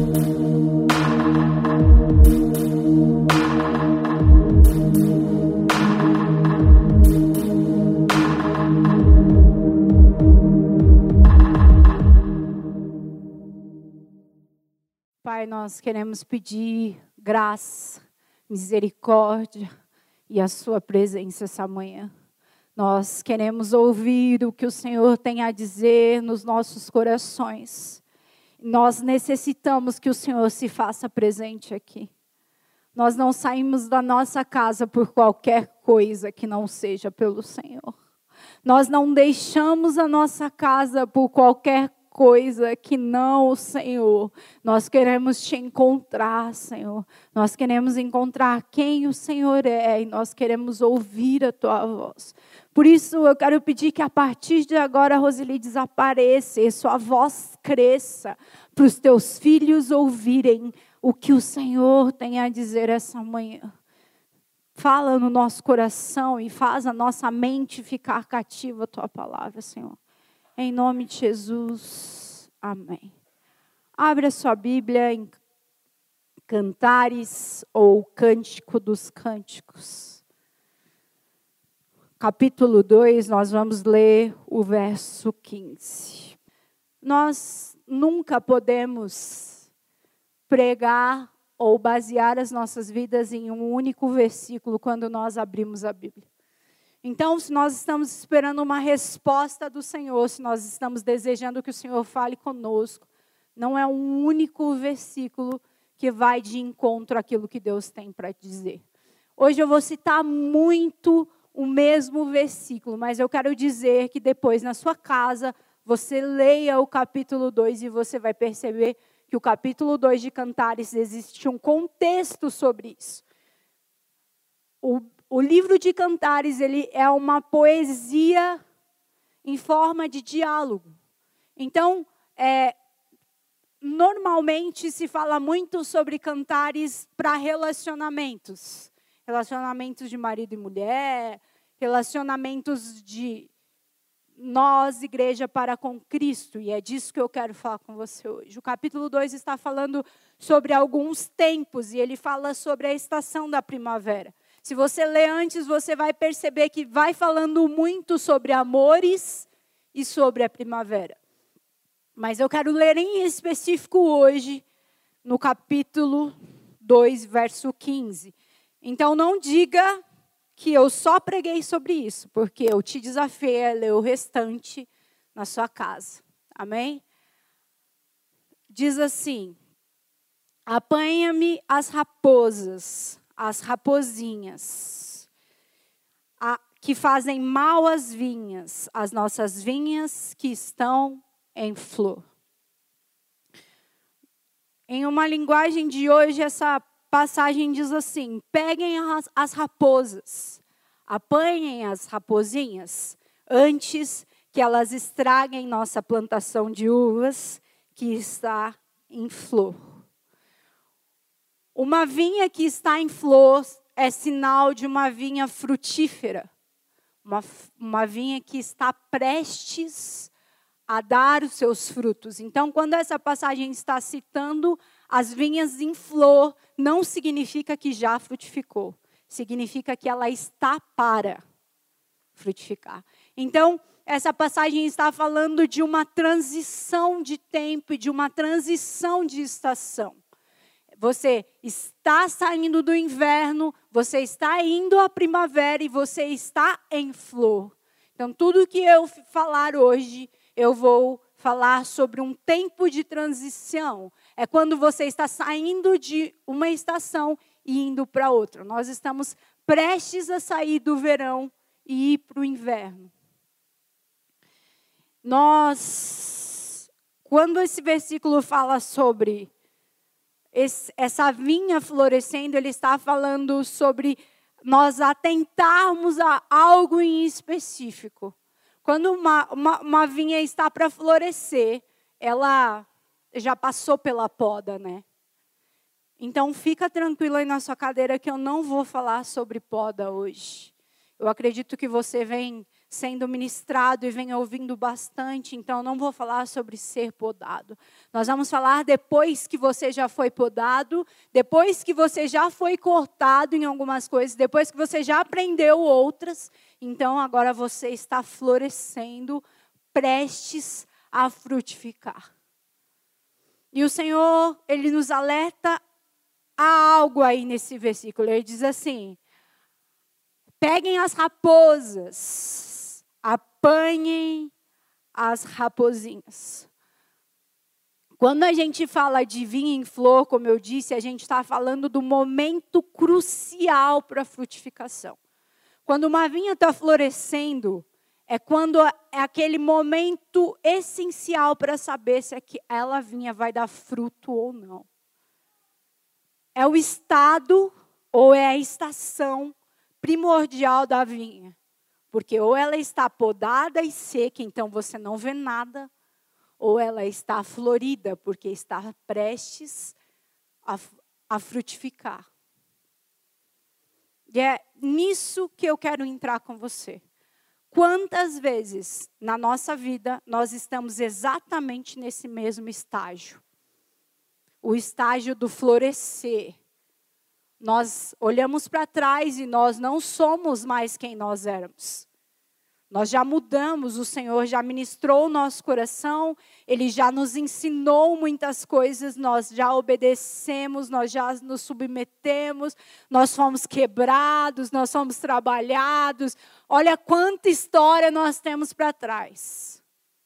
Pai, nós queremos pedir graça, misericórdia e a sua presença essa manhã. Nós queremos ouvir o que o Senhor tem a dizer nos nossos corações. Nós necessitamos que o Senhor se faça presente aqui. Nós não saímos da nossa casa por qualquer coisa que não seja pelo Senhor. Nós não deixamos a nossa casa por qualquer coisa que não o Senhor. Nós queremos te encontrar, Senhor. Nós queremos encontrar quem o Senhor é e nós queremos ouvir a tua voz. Por isso eu quero pedir que a partir de agora, Roseli, desapareça e sua voz cresça para os teus filhos ouvirem o que o Senhor tem a dizer essa manhã. Fala no nosso coração e faz a nossa mente ficar cativa à tua palavra, Senhor. Em nome de Jesus, amém. Abre a sua Bíblia em Cantares ou Cântico dos Cânticos. Capítulo 2, nós vamos ler o verso 15. Nós nunca podemos pregar ou basear as nossas vidas em um único versículo quando nós abrimos a Bíblia. Então, se nós estamos esperando uma resposta do Senhor, se nós estamos desejando que o Senhor fale conosco, não é um único versículo que vai de encontro àquilo que Deus tem para dizer. Hoje eu vou citar muito o mesmo versículo, mas eu quero dizer que depois na sua casa, você leia o capítulo 2 e você vai perceber que o capítulo 2 de Cantares existe um contexto sobre isso. O livro de Cantares, ele é uma poesia em forma de diálogo. Então, normalmente se fala muito sobre cantares para relacionamentos. Relacionamentos de marido e mulher, relacionamentos de nós, igreja, para com Cristo. E é disso que eu quero falar com você hoje. O capítulo 2 está falando sobre alguns tempos e ele fala sobre a estação da primavera. Se você ler antes, você vai perceber que vai falando muito sobre amores e sobre a primavera. Mas eu quero ler em específico hoje, no capítulo 2, verso 15. Então não diga que eu só preguei sobre isso, porque eu te desafiei a ler o restante na sua casa. Amém? Diz assim: apanha-me as raposas, as rapozinhas, que fazem mal às vinhas, as nossas vinhas que estão em flor. Em uma linguagem de hoje, essa passagem diz assim: peguem as raposas, apanhem as rapozinhas, antes que elas estraguem nossa plantação de uvas que está em flor. Uma vinha que está em flor é sinal de uma vinha frutífera. Uma vinha que está prestes a dar os seus frutos. Então, quando essa passagem está citando as vinhas em flor, não significa que já frutificou. Significa que ela está para frutificar. Então, essa passagem está falando de uma transição de tempo e de uma transição de estação. Você está saindo do inverno, você está indo à primavera e você está em flor. Então, tudo que eu falar hoje, eu vou falar sobre um tempo de transição. É quando você está saindo de uma estação e indo para outra. Nós estamos prestes a sair do verão e ir para o inverno. Quando esse versículo fala sobre essa vinha florescendo, ele está falando sobre nós atentarmos a algo em específico. Quando uma vinha está para florescer, ela já passou pela poda, né? Então fica tranquilo aí na sua cadeira que eu não vou falar sobre poda hoje. Eu acredito que você vem sendo ministrado e venho ouvindo bastante, então não vou falar sobre ser podado. Nós vamos falar depois que você já foi podado, depois que você já foi cortado em algumas coisas, depois que você já aprendeu outras, então agora você está florescendo, prestes a frutificar. E o Senhor, Ele nos alerta a algo aí nesse versículo. Ele diz assim: peguem as raposas, apanhem as raposinhas. Quando a gente fala de vinho em flor, como eu disse, a gente está falando do momento crucial para a frutificação. Quando uma vinha está florescendo, é quando é aquele momento essencial para saber se aquela vinha vai dar fruto ou não. É o estado ou é a estação primordial da vinha. Porque ou ela está podada e seca, então você não vê nada, ou ela está florida, porque está prestes a frutificar. E é nisso que eu quero entrar com você. Quantas vezes na nossa vida nós estamos exatamente nesse mesmo estágio? O estágio do florescer. Nós olhamos para trás e nós não somos mais quem nós éramos. Nós já mudamos, o Senhor já ministrou o nosso coração, Ele já nos ensinou muitas coisas, nós já obedecemos, nós já nos submetemos, nós fomos quebrados, nós fomos trabalhados. Olha quanta história nós temos para trás.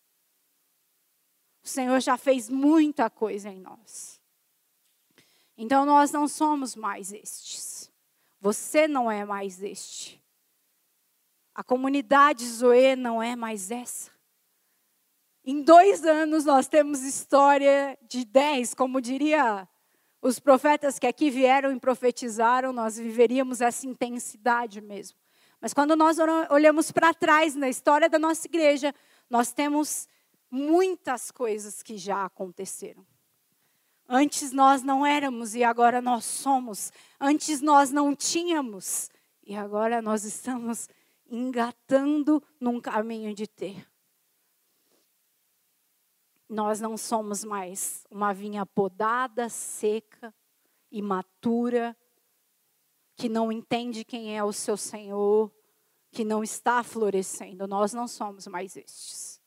O Senhor já fez muita coisa em nós. Então nós não somos mais estes. Você não é mais este. A comunidade Zoe não é mais essa. Em 2 anos nós temos história de 10, como diria os profetas que aqui vieram e profetizaram, nós viveríamos essa intensidade mesmo. Mas quando nós olhamos para trás na história da nossa igreja, nós temos muitas coisas que já aconteceram. Antes nós não éramos e agora nós somos. Antes nós não tínhamos e agora nós estamos engatando num caminho de ter. Nós não somos mais uma vinha podada, seca, imatura, que não entende quem é o seu Senhor, que não está florescendo. Nós não somos mais estes.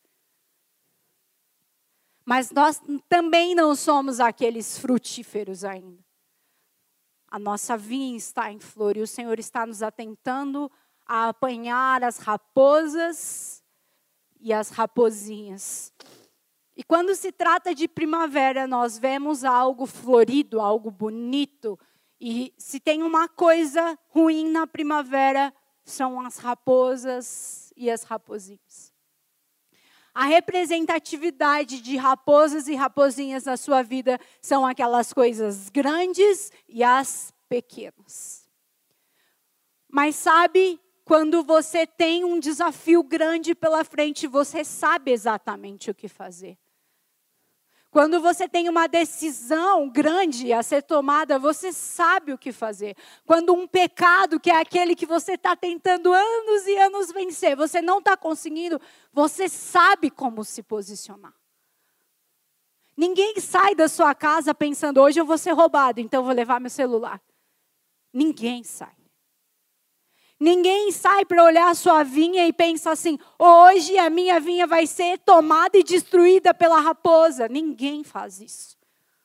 Mas nós também não somos aqueles frutíferos ainda. A nossa vinha está em flor e o Senhor está nos atentando a apanhar as raposas e as raposinhas. E quando se trata de primavera, nós vemos algo florido, algo bonito. E se tem uma coisa ruim na primavera, são as raposas e as raposinhas. A representatividade de raposas e raposinhas na sua vida são aquelas coisas grandes e as pequenas. Mas sabe, quando você tem um desafio grande pela frente, você sabe exatamente o que fazer. Quando você tem uma decisão grande a ser tomada, você sabe o que fazer. Quando um pecado, que é aquele que você está tentando anos e anos vencer, você não está conseguindo, você sabe como se posicionar. Ninguém sai da sua casa pensando, hoje eu vou ser roubado, então eu vou levar meu celular. Ninguém sai. Ninguém sai para olhar a sua vinha e pensa assim, hoje a minha vinha vai ser tomada e destruída pela raposa. Ninguém faz isso.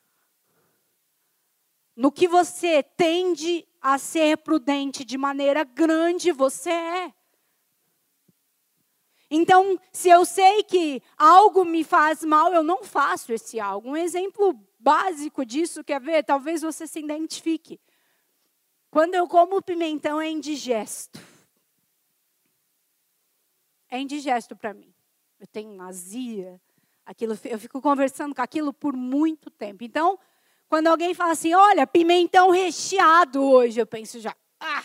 No que você tende a ser prudente de maneira grande, você é. Então, se eu sei que algo me faz mal, eu não faço esse algo. Um exemplo básico disso, quer ver? Talvez você se identifique. Quando eu como pimentão é indigesto. É indigesto para mim. Eu tenho azia. Eu fico conversando com aquilo por muito tempo. Então, quando alguém fala assim, olha, pimentão recheado hoje, eu penso já,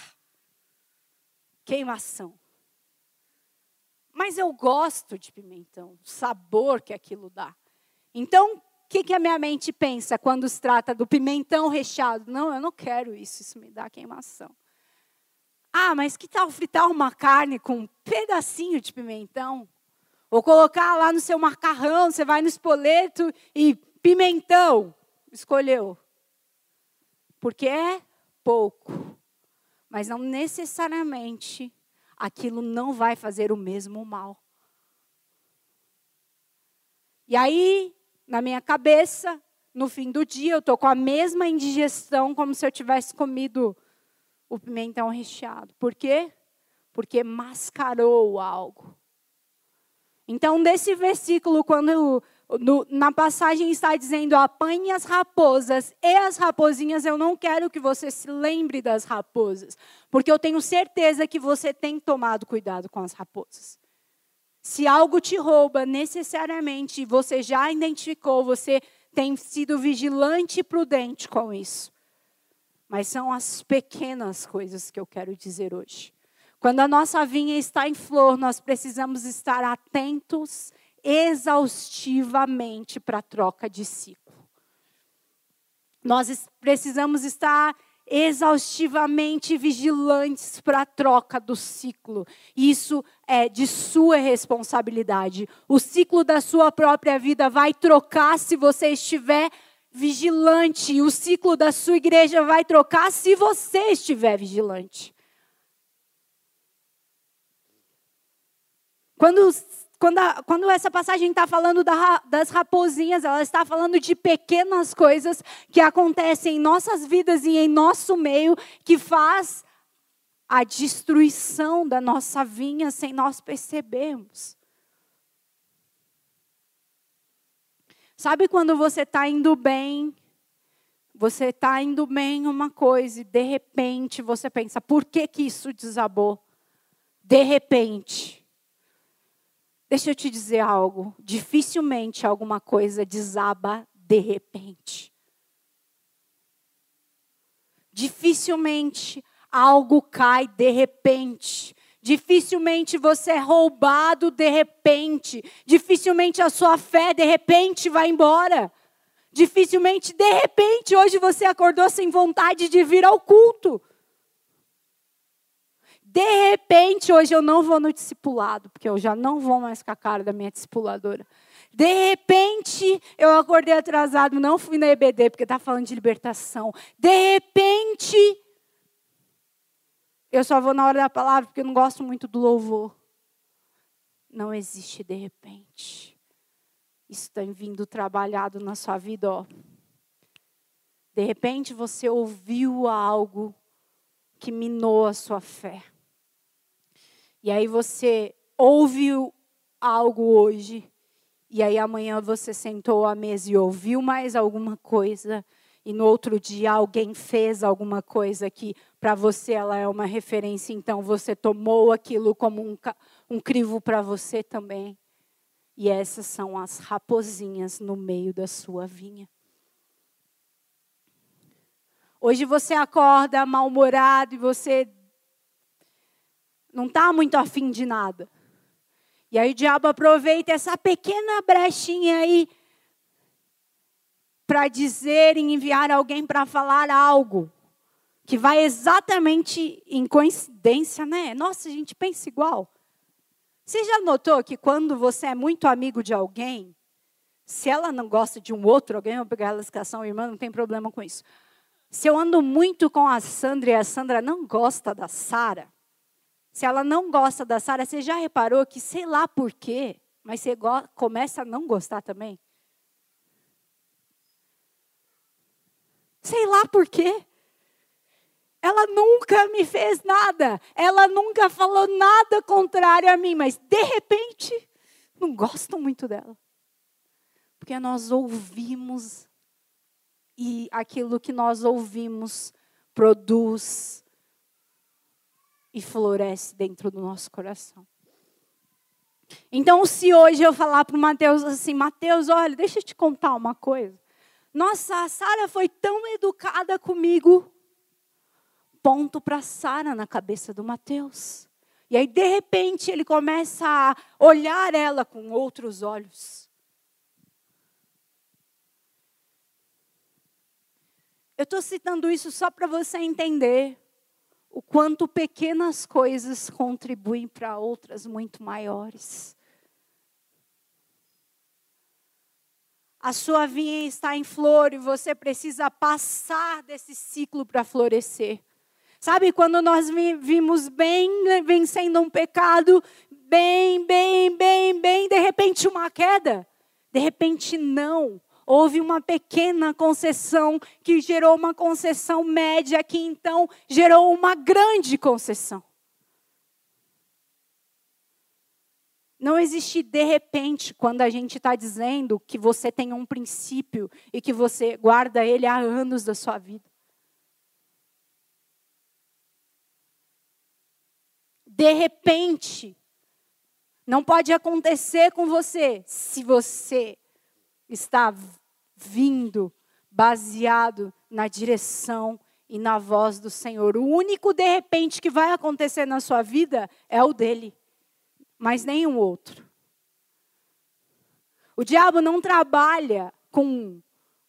queimação. Mas eu gosto de pimentão, o sabor que aquilo dá. Então, o que a minha mente pensa quando se trata do pimentão recheado? Não, eu não quero isso, isso me dá queimação. Ah, mas que tal fritar uma carne com um pedacinho de pimentão? Ou colocar lá no seu macarrão, você vai no espoleto e pimentão. Escolheu. Porque é pouco. Mas não necessariamente aquilo não vai fazer o mesmo mal. E aí, na minha cabeça, no fim do dia, eu estou com a mesma indigestão como se eu tivesse comido o pimentão recheado. Por quê? Porque mascarou algo. Então, nesse versículo, quando na passagem está dizendo, apanhe as raposas e as raposinhas, eu não quero que você se lembre das raposas. Porque eu tenho certeza que você tem tomado cuidado com as raposas. Se algo te rouba, necessariamente, você já identificou, você tem sido vigilante e prudente com isso. Mas são as pequenas coisas que eu quero dizer hoje. Quando a nossa vinha está em flor, nós precisamos estar atentos exaustivamente para a troca de ciclo. Nós precisamos estar exaustivamente vigilantes para a troca do ciclo. Isso é de sua responsabilidade. O ciclo da sua própria vida vai trocar se você estiver vigilante. O ciclo da sua igreja vai trocar se você estiver vigilante. Quando essa passagem está falando das raposinhas, ela está falando de pequenas coisas que acontecem em nossas vidas e em nosso meio, que faz a destruição da nossa vinha sem nós percebermos. Sabe quando você está indo bem em uma coisa e de repente você pensa, por que isso desabou? De repente. Deixa eu te dizer algo, dificilmente alguma coisa desaba de repente. Dificilmente algo cai de repente. Dificilmente você é roubado de repente. Dificilmente a sua fé de repente vai embora. Dificilmente de repente hoje você acordou sem vontade de vir ao culto. De repente, hoje eu não vou no discipulado, porque eu já não vou mais com a cara da minha discipuladora. De repente, eu acordei atrasado, não fui na EBD, porque está falando de libertação. De repente, eu só vou na hora da palavra, porque eu não gosto muito do louvor. Não existe de repente. Isso tem vindo trabalhado na sua vida, ó. De repente, você ouviu algo que minou a sua fé. E aí você ouviu algo hoje, e aí amanhã você sentou à mesa e ouviu mais alguma coisa, e no outro dia alguém fez alguma coisa que para você ela é uma referência, então você tomou aquilo como um crivo para você também. E essas são as raposinhas no meio da sua vinha. Hoje você acorda mal-humorado e você não está muito afim de nada. E aí o diabo aproveita essa pequena brechinha aí para dizer e enviar alguém para falar algo que vai exatamente em coincidência, né? Nossa, a gente pensa igual. Você já notou que quando você é muito amigo de alguém, se ela não gosta de um outro alguém, eu vou pegar a lascação, irmã, não tem problema com isso. Se eu ando muito com a Sandra e a Sandra não gosta da Sara, se ela não gosta da Sara, você já reparou que, sei lá por quê, mas você começa a não gostar também? Sei lá por quê. Ela nunca me fez nada. Ela nunca falou nada contrário a mim, mas de repente, não gosto muito dela. Porque nós ouvimos e aquilo que nós ouvimos produz e floresce dentro do nosso coração. Então, se hoje eu falar para o Mateus assim, Mateus, olha, deixa eu te contar uma coisa. Nossa, a Sara foi tão educada comigo. Ponto para Sara na cabeça do Mateus. E aí, de repente, ele começa a olhar ela com outros olhos. Eu estou citando isso só para você entender o quanto pequenas coisas contribuem para outras muito maiores. A sua vinha está em flor e você precisa passar desse ciclo para florescer. Sabe, quando nós vimos bem vencendo um pecado, bem, de repente uma queda, de repente não. Houve uma pequena concessão que gerou uma concessão média, que então gerou uma grande concessão. Não existe de repente quando a gente está dizendo que você tem um princípio e que você guarda ele há anos da sua vida. De repente, não pode acontecer com você se você está vindo baseado na direção e na voz do Senhor. O único de repente que vai acontecer na sua vida é o dele, mas nenhum outro. O diabo não trabalha com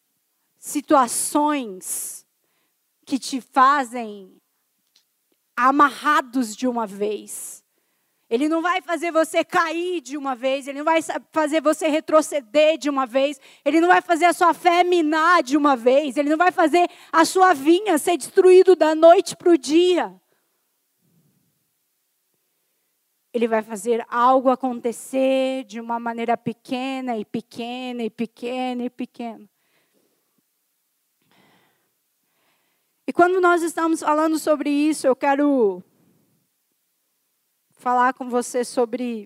situações que te fazem amarrados de uma vez. Ele não vai fazer você cair de uma vez, ele não vai fazer você retroceder de uma vez, ele não vai fazer a sua fé minar de uma vez, ele não vai fazer a sua vinha ser destruída da noite para o dia. Ele vai fazer algo acontecer de uma maneira pequena e pequena e pequena e pequena. E quando nós estamos falando sobre isso, eu quero falar com você sobre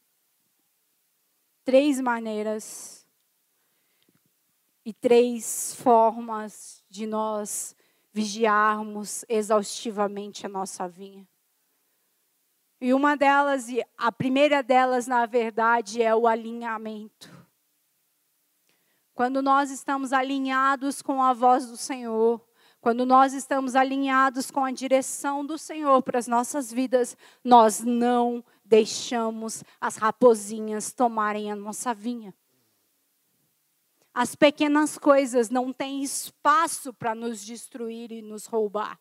3 maneiras e 3 formas de nós vigiarmos exaustivamente a nossa vinha. E uma delas, e a primeira delas, na verdade, é o alinhamento. Quando nós estamos alinhados com a voz do Senhor, quando nós estamos alinhados com a direção do Senhor para as nossas vidas, nós não deixamos as raposinhas tomarem a nossa vinha. As pequenas coisas não têm espaço para nos destruir e nos roubar.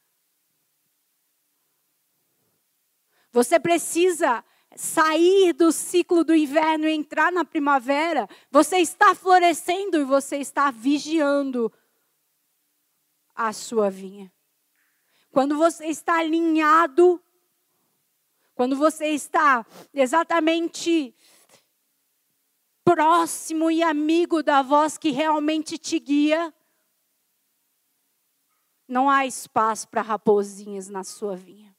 Você precisa sair do ciclo do inverno e entrar na primavera. Você está florescendo e você está vigiando a sua vinha. Quando você está alinhado, quando você está exatamente próximo e amigo da voz que realmente te guia, não há espaço para raposinhas na sua vinha.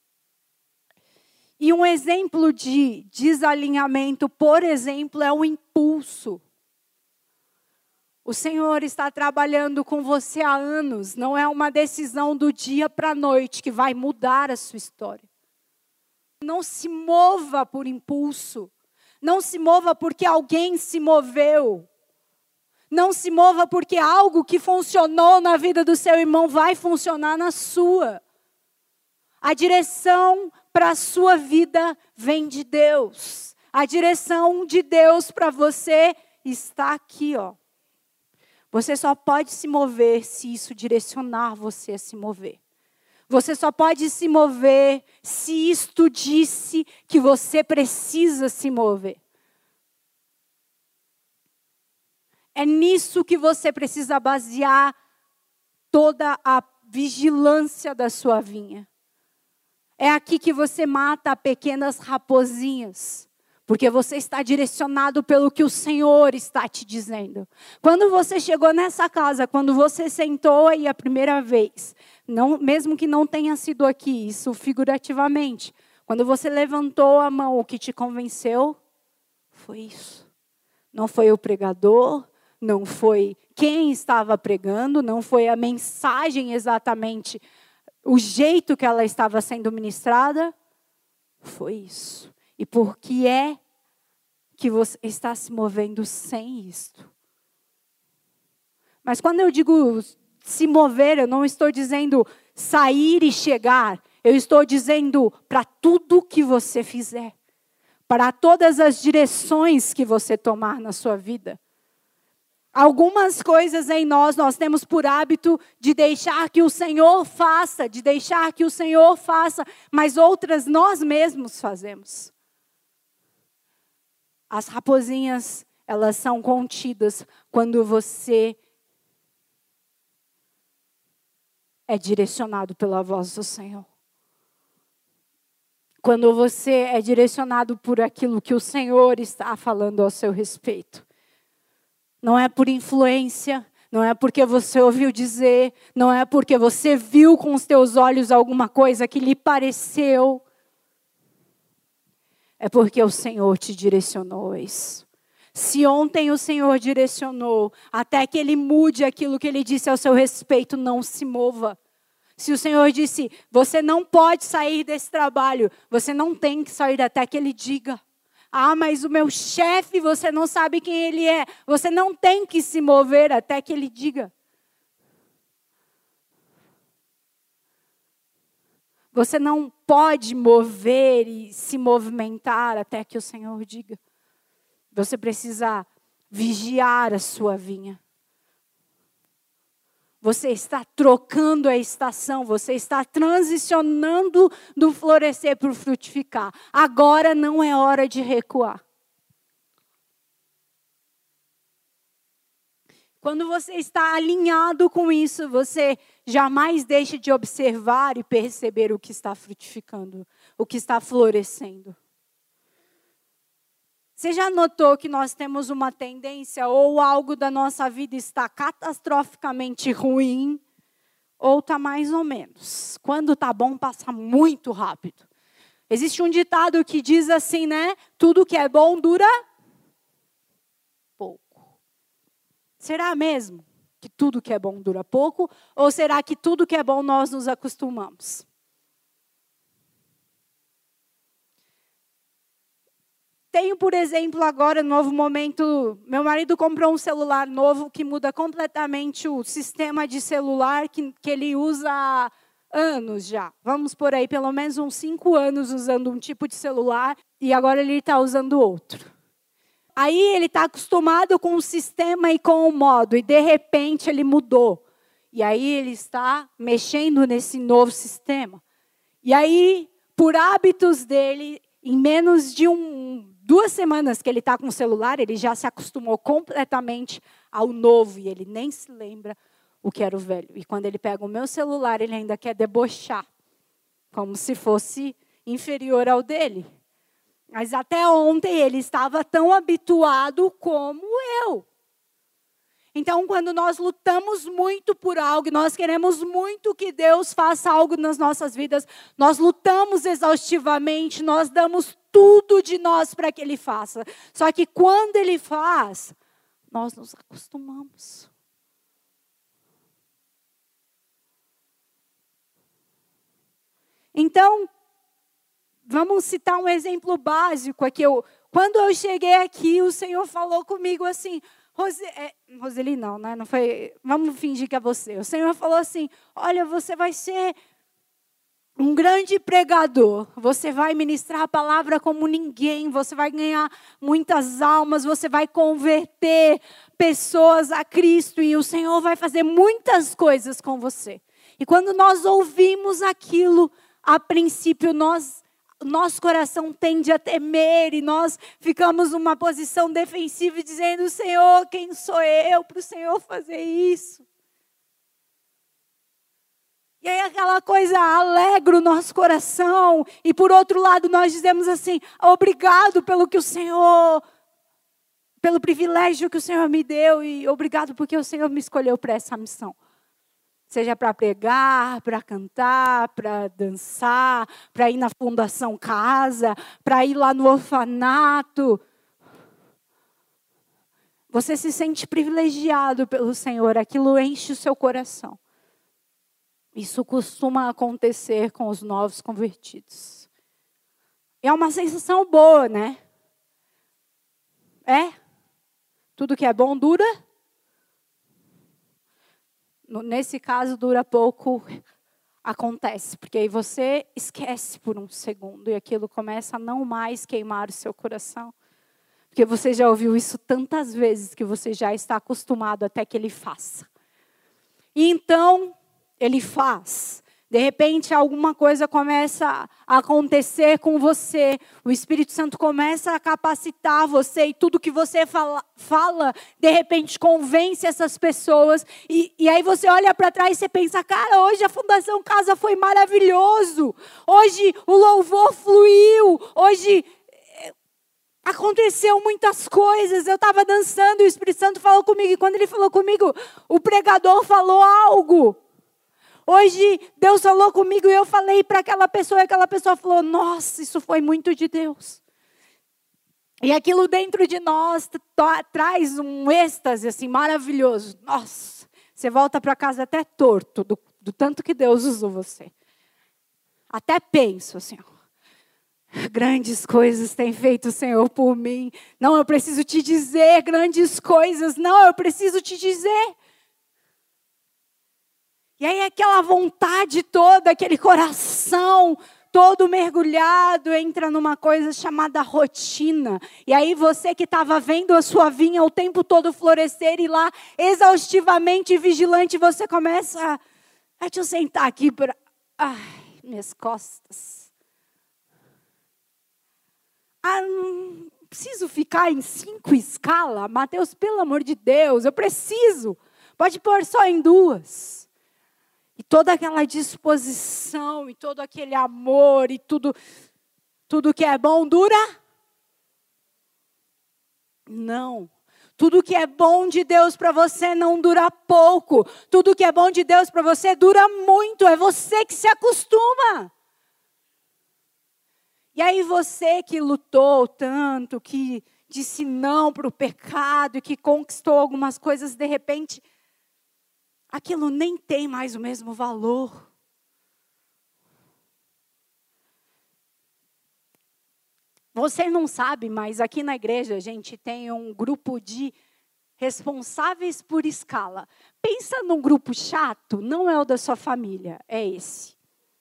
E um exemplo de desalinhamento, por exemplo, é o impulso. O Senhor está trabalhando com você há anos. Não é uma decisão do dia para a noite que vai mudar a sua história. Não se mova por impulso. Não se mova porque alguém se moveu. Não se mova porque algo que funcionou na vida do seu irmão vai funcionar na sua. A direção para a sua vida vem de Deus. A direção de Deus para você está aqui, ó. Você só pode se mover se isso direcionar você a se mover. Você só pode se mover se isto disse que você precisa se mover. É nisso que você precisa basear toda a vigilância da sua vinha. É aqui que você mata pequenas raposinhas. Porque você está direcionado pelo que o Senhor está te dizendo. Quando você chegou nessa casa, quando você sentou aí a primeira vez, não, mesmo que não tenha sido aqui, isso figurativamente, quando você levantou a mão, o que te convenceu foi isso. Não foi o pregador, não foi quem estava pregando, não foi a mensagem exatamente, o jeito que ela estava sendo ministrada, foi isso. E por que é que você está se movendo sem isto? Mas quando eu digo se mover, eu não estou dizendo sair e chegar. Eu estou dizendo para tudo que você fizer. Para todas as direções que você tomar na sua vida. Algumas coisas em nós temos por hábito de deixar que o Senhor faça, mas outras nós mesmos fazemos. As raposinhas, elas são contidas quando você é direcionado pela voz do Senhor. Quando você é direcionado por aquilo que o Senhor está falando ao seu respeito. Não é por influência, não é porque você ouviu dizer, não é porque você viu com os teus olhos alguma coisa que lhe pareceu. É porque o Senhor te direcionou a isso. Se ontem o Senhor direcionou, até que Ele mude aquilo que Ele disse ao seu respeito, não se mova. Se o Senhor disse, você não pode sair desse trabalho, você não tem que sair até que Ele diga. Ah, mas o meu chefe, você não sabe quem ele é. Você não tem que se mover até que Ele diga. Você não pode mover e se movimentar até que o Senhor diga. Você precisa vigiar a sua vinha. Você está trocando a estação, você está transicionando do florescer para o frutificar. Agora não é hora de recuar. Quando você está alinhado com isso, você jamais deixa de observar e perceber o que está frutificando, o que está florescendo. Você já notou que nós temos uma tendência, ou algo da nossa vida está catastroficamente ruim, ou está mais ou menos. Quando está bom, passa muito rápido. Existe um ditado que diz assim, né? Tudo que é bom dura pouco. Será mesmo que tudo que é bom dura pouco? Ou será que tudo que é bom nós nos acostumamos? Tenho, por exemplo, agora, no novo momento, meu marido comprou um celular novo que muda completamente o sistema de celular que ele usa há anos já. Vamos por aí, pelo menos uns 5 anos usando um tipo de celular e agora ele está usando outro. Aí ele está acostumado com o sistema e com o modo e de repente ele mudou. E aí ele está mexendo nesse novo sistema. E aí, por hábitos dele, em menos de 2 semanas que ele está com o celular, ele já se acostumou completamente ao novo e ele nem se lembra o que era o velho. E quando ele pega o meu celular, ele ainda quer debochar, como se fosse inferior ao dele. Mas até ontem ele estava tão habituado como eu. Então, quando nós lutamos muito por algo, nós queremos muito que Deus faça algo nas nossas vidas, nós lutamos exaustivamente, nós damos tudo de nós para que Ele faça. Só que quando Ele faz, nós nos acostumamos. Então, vamos citar um exemplo básico aqui. Quando eu cheguei aqui, o Senhor falou comigo assim, Roseli não, né? Não foi, vamos fingir que é você. O Senhor falou assim, olha, você vai ser um grande pregador. Você vai ministrar a palavra como ninguém. Você vai ganhar muitas almas. Você vai converter pessoas a Cristo. E o Senhor vai fazer muitas coisas com você. E quando nós ouvimos aquilo, a princípio nosso coração tende a temer e nós ficamos numa posição defensiva dizendo, Senhor, quem sou eu para o Senhor fazer isso? E aí aquela coisa alegra o nosso coração e por outro lado nós dizemos assim, obrigado pelo que o Senhor, pelo privilégio que o Senhor me deu e obrigado porque o Senhor me escolheu para essa missão. Seja para pregar, para cantar, para dançar, para ir na Fundação Casa, para ir lá no orfanato. Você se sente privilegiado pelo Senhor, aquilo enche o seu coração. Isso costuma acontecer com os novos convertidos. É uma sensação boa, né? É? Tudo que é bom dura? Nesse caso, dura pouco, acontece. Porque aí você esquece por um segundo e aquilo começa a não mais queimar o seu coração. Porque você já ouviu isso tantas vezes que você já está acostumado até que ele faça. E então, ele faz. De repente, alguma coisa começa a acontecer com você. O Espírito Santo começa a capacitar você. E tudo que você fala de repente, convence essas pessoas. E aí você olha para trás e você pensa, cara, hoje a Fundação Casa foi maravilhoso. Hoje o louvor fluiu. Hoje aconteceu muitas coisas. Eu estava dançando e o Espírito Santo falou comigo. E quando ele falou comigo, o pregador falou algo. Hoje Deus falou comigo e eu falei para aquela pessoa. E aquela pessoa falou, nossa, isso foi muito de Deus. E aquilo dentro de nós traz um êxtase assim, maravilhoso. Nossa, você volta para casa até torto do tanto que Deus usou você. Até penso assim, grandes coisas tem feito o Senhor por mim. Não, eu preciso te dizer grandes coisas. Não, eu preciso te dizer. E aí aquela vontade toda, aquele coração todo mergulhado, entra numa coisa chamada rotina. E aí você que estava vendo a sua vinha o tempo todo florescer e lá exaustivamente vigilante, você começa deixa eu sentar aqui para... Ai, minhas costas. Não preciso ficar em 5 escalas. Mateus, pelo amor de Deus, eu preciso. Pode pôr só em 2. E toda aquela disposição, e todo aquele amor, e tudo que é bom dura? Não. Tudo que é bom de Deus para você não dura pouco. Tudo que é bom de Deus para você dura muito. É você que se acostuma. E aí você que lutou tanto, que disse não para o pecado, e que conquistou algumas coisas, de repente... aquilo nem tem mais o mesmo valor. Você não sabe, mas aqui na igreja a gente tem um grupo de responsáveis por escala. Pensa num grupo chato, não é o da sua família, é esse.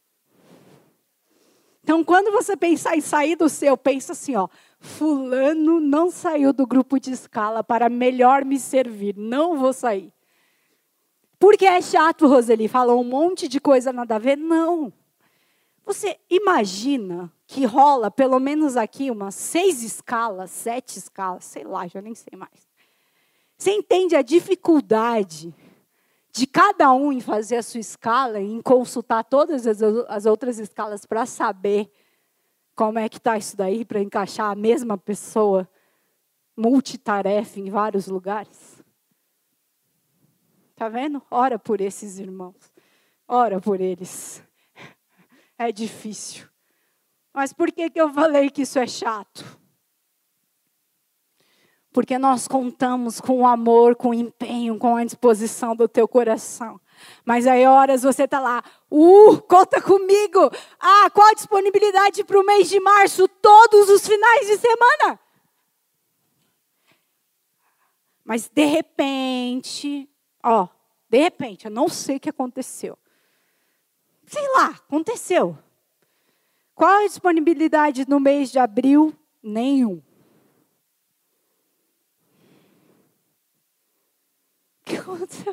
Então, quando você pensar em sair do seu, pensa assim, fulano não saiu do grupo de escala para melhor me servir, não vou sair. Porque é chato, Roseli, falou um monte de coisa nada a ver? Não. Você imagina que rola pelo menos aqui umas 6 escalas, 7 escalas, sei lá, já nem sei mais. Você entende a dificuldade de cada um em fazer a sua escala, em consultar todas as outras escalas para saber como é que está isso daí, para encaixar a mesma pessoa multitarefa em vários lugares? Está vendo? Ora por esses irmãos. Ora por eles. É difícil. Mas por que eu falei que isso é chato? Porque nós contamos com o amor, com o empenho, com a disposição do teu coração. Mas aí horas você está lá, conta comigo. Qual a disponibilidade para o mês de março? Todos os finais de semana. Mas de repente, eu não sei o que aconteceu. Sei lá, aconteceu. Qual a disponibilidade no mês de abril? Nenhum. O que aconteceu?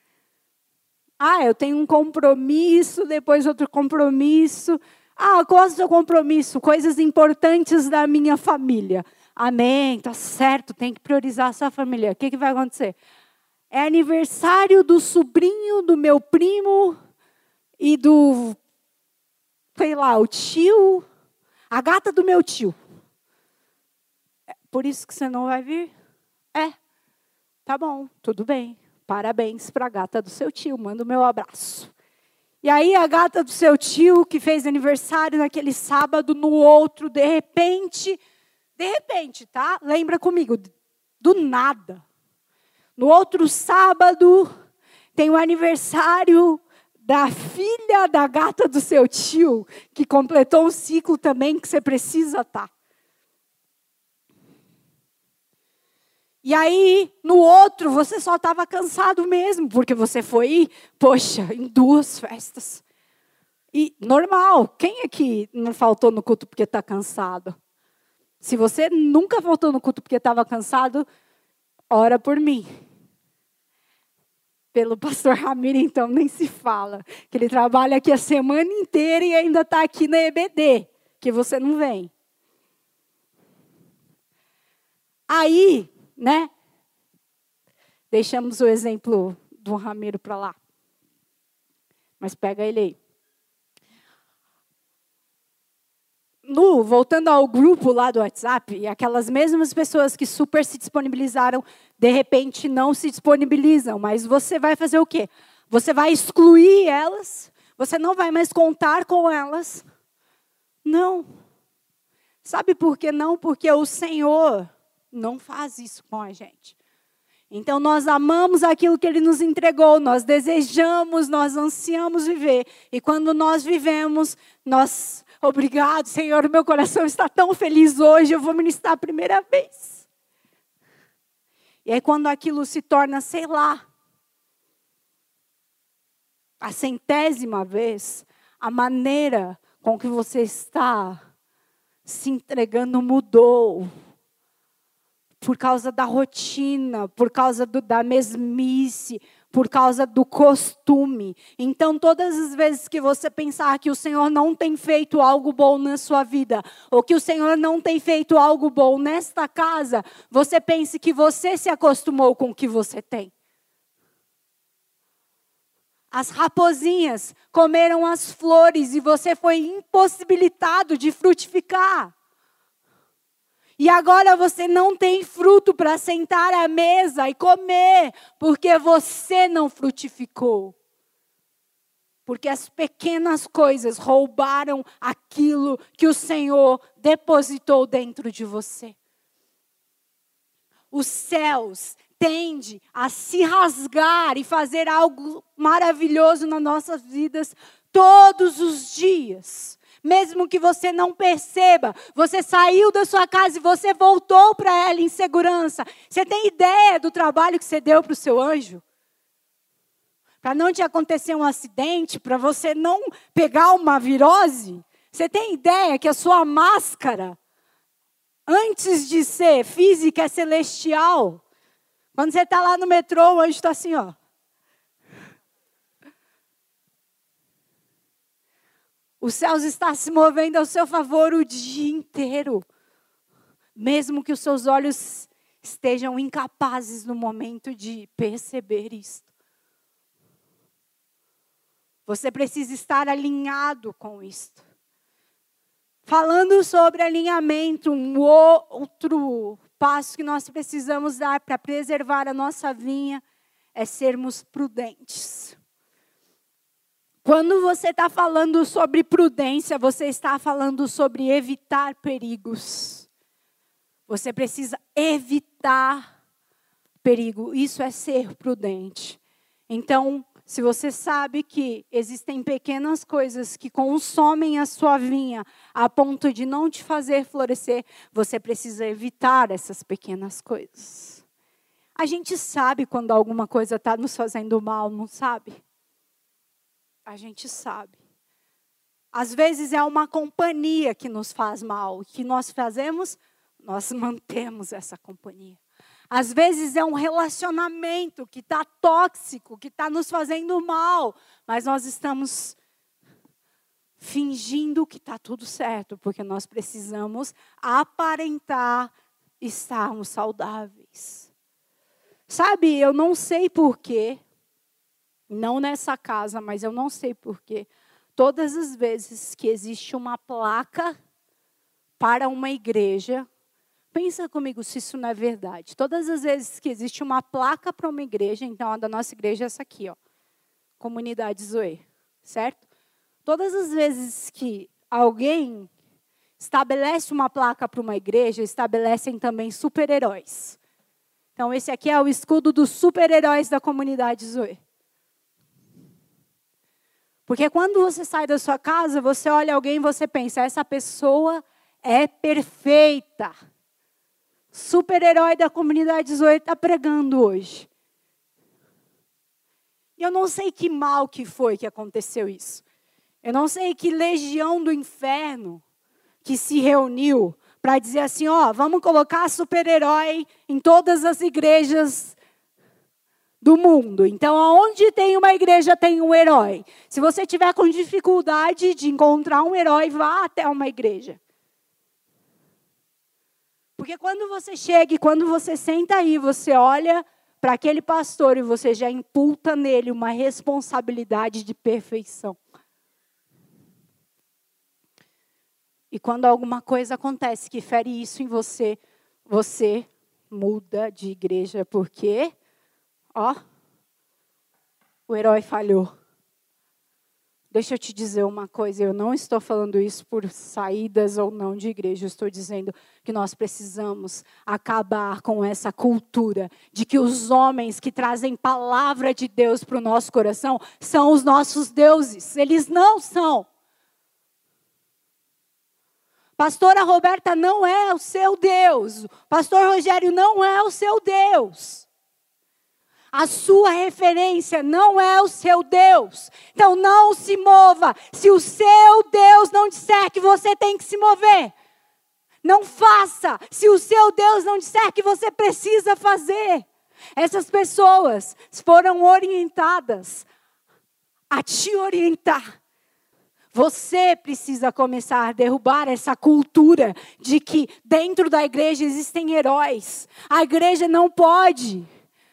Eu tenho um compromisso, depois outro compromisso. Qual é o seu compromisso? Coisas importantes da minha família. Amém, tá certo, tem que priorizar a sua família. O que vai acontecer? É aniversário do sobrinho do meu primo e do, sei lá, o tio, a gata do meu tio. Por isso que você não vai vir? Tá bom, tudo bem. Parabéns para a gata do seu tio, manda o meu abraço. E aí a gata do seu tio, que fez aniversário naquele sábado, no outro, de repente, tá? Lembra comigo, do nada. No outro sábado, tem o aniversário da filha da gata do seu tio, que completou um ciclo também que você precisa estar. E aí, no outro, você só estava cansado mesmo, porque você foi, em 2 festas. E normal, quem é que não faltou no culto porque está cansado? Se você nunca voltou no culto porque estava cansado, ora por mim. Pelo pastor Ramiro, então, nem se fala. Que ele trabalha aqui a semana inteira e ainda está aqui na EBD, que você não vem. Aí, né? Deixamos o exemplo do Ramiro para lá. Mas pega ele aí. Voltando ao grupo lá do WhatsApp, aquelas mesmas pessoas que super se disponibilizaram, de repente não se disponibilizam. Mas você vai fazer o quê? Você vai excluir elas? Você não vai mais contar com elas? Não. Sabe por que não? Porque o Senhor não faz isso com a gente. Então, nós amamos aquilo que Ele nos entregou, nós desejamos, nós ansiamos viver. E quando nós vivemos, obrigado, Senhor, meu coração está tão feliz hoje, eu vou ministrar a primeira vez. E aí, quando aquilo se torna, sei lá, a 100ª vez, a maneira com que você está se entregando mudou. Por causa da rotina, por causa da mesmice, por causa do costume. Então, todas as vezes que você pensar que o Senhor não tem feito algo bom na sua vida, ou que o Senhor não tem feito algo bom nesta casa, você pense que você se acostumou com o que você tem. As raposinhas comeram as flores e você foi impossibilitado de frutificar. E agora você não tem fruto para sentar à mesa e comer, porque você não frutificou. Porque as pequenas coisas roubaram aquilo que o Senhor depositou dentro de você. Os céus tendem a se rasgar e fazer algo maravilhoso nas nossas vidas todos os dias. Mesmo que você não perceba, você saiu da sua casa e você voltou para ela em segurança. Você tem ideia do trabalho que você deu para o seu anjo? Para não te acontecer um acidente, para você não pegar uma virose? Você tem ideia que a sua máscara, antes de ser física, é celestial? Quando você está lá no metrô, o anjo está assim, ó. Os céus estão se movendo ao seu favor o dia inteiro. Mesmo que os seus olhos estejam incapazes no momento de perceber isto. Você precisa estar alinhado com isto. Falando sobre alinhamento, um outro passo que nós precisamos dar para preservar a nossa vinha é sermos prudentes. Quando você está falando sobre prudência, você está falando sobre evitar perigos. Você precisa evitar perigo. Isso é ser prudente. Então, se você sabe que existem pequenas coisas que consomem a sua vinha a ponto de não te fazer florescer, você precisa evitar essas pequenas coisas. A gente sabe quando alguma coisa está nos fazendo mal, não sabe? A gente sabe. Às vezes é uma companhia que nos faz mal. O que nós fazemos? Nós mantemos essa companhia. Às vezes é um relacionamento que está tóxico, que está nos fazendo mal. Mas nós estamos fingindo que está tudo certo. Porque nós precisamos aparentar estarmos saudáveis. Sabe, eu não sei porquê. Não nessa casa, mas eu não sei porquê. Todas as vezes que existe uma placa para uma igreja, pensa comigo se isso não é verdade. Todas as vezes que existe uma placa para uma igreja, então a da nossa igreja é essa aqui, ó, Comunidade Zoe, certo? Todas as vezes que alguém estabelece uma placa para uma igreja, estabelecem também super-heróis. Então esse aqui é o escudo dos super-heróis da Comunidade Zoe. Porque quando você sai da sua casa, você olha alguém e você pensa, essa pessoa é perfeita. Super-herói da Comunidade Zoe está pregando hoje. E eu não sei que mal que foi que aconteceu isso. Eu não sei que legião do inferno que se reuniu para dizer assim, ó, vamos colocar super-herói em todas as igrejas do mundo. Então, aonde tem uma igreja, tem um herói. Se você tiver com dificuldade de encontrar um herói, vá até uma igreja. Porque quando você chega e quando você senta aí, você olha para aquele pastor e você já imputa nele uma responsabilidade de perfeição. E quando alguma coisa acontece que fere isso em você, você muda de igreja, porque, ó, o herói falhou. Deixa eu te dizer uma coisa, eu não estou falando isso por saídas ou não de igreja, eu estou dizendo que nós precisamos acabar com essa cultura de que os homens que trazem palavra de Deus para o nosso coração são os nossos deuses. Eles não são. Pastora Roberta não é o seu Deus. Pastor Rogério não é o seu Deus. A sua referência não é o seu Deus. Então não se mova. Se o seu Deus não disser que você tem que se mover, não faça. Se o seu Deus não disser que você precisa fazer. Essas pessoas foram orientadas a te orientar. Você precisa começar a derrubar essa cultura de que dentro da igreja existem heróis. A igreja não pode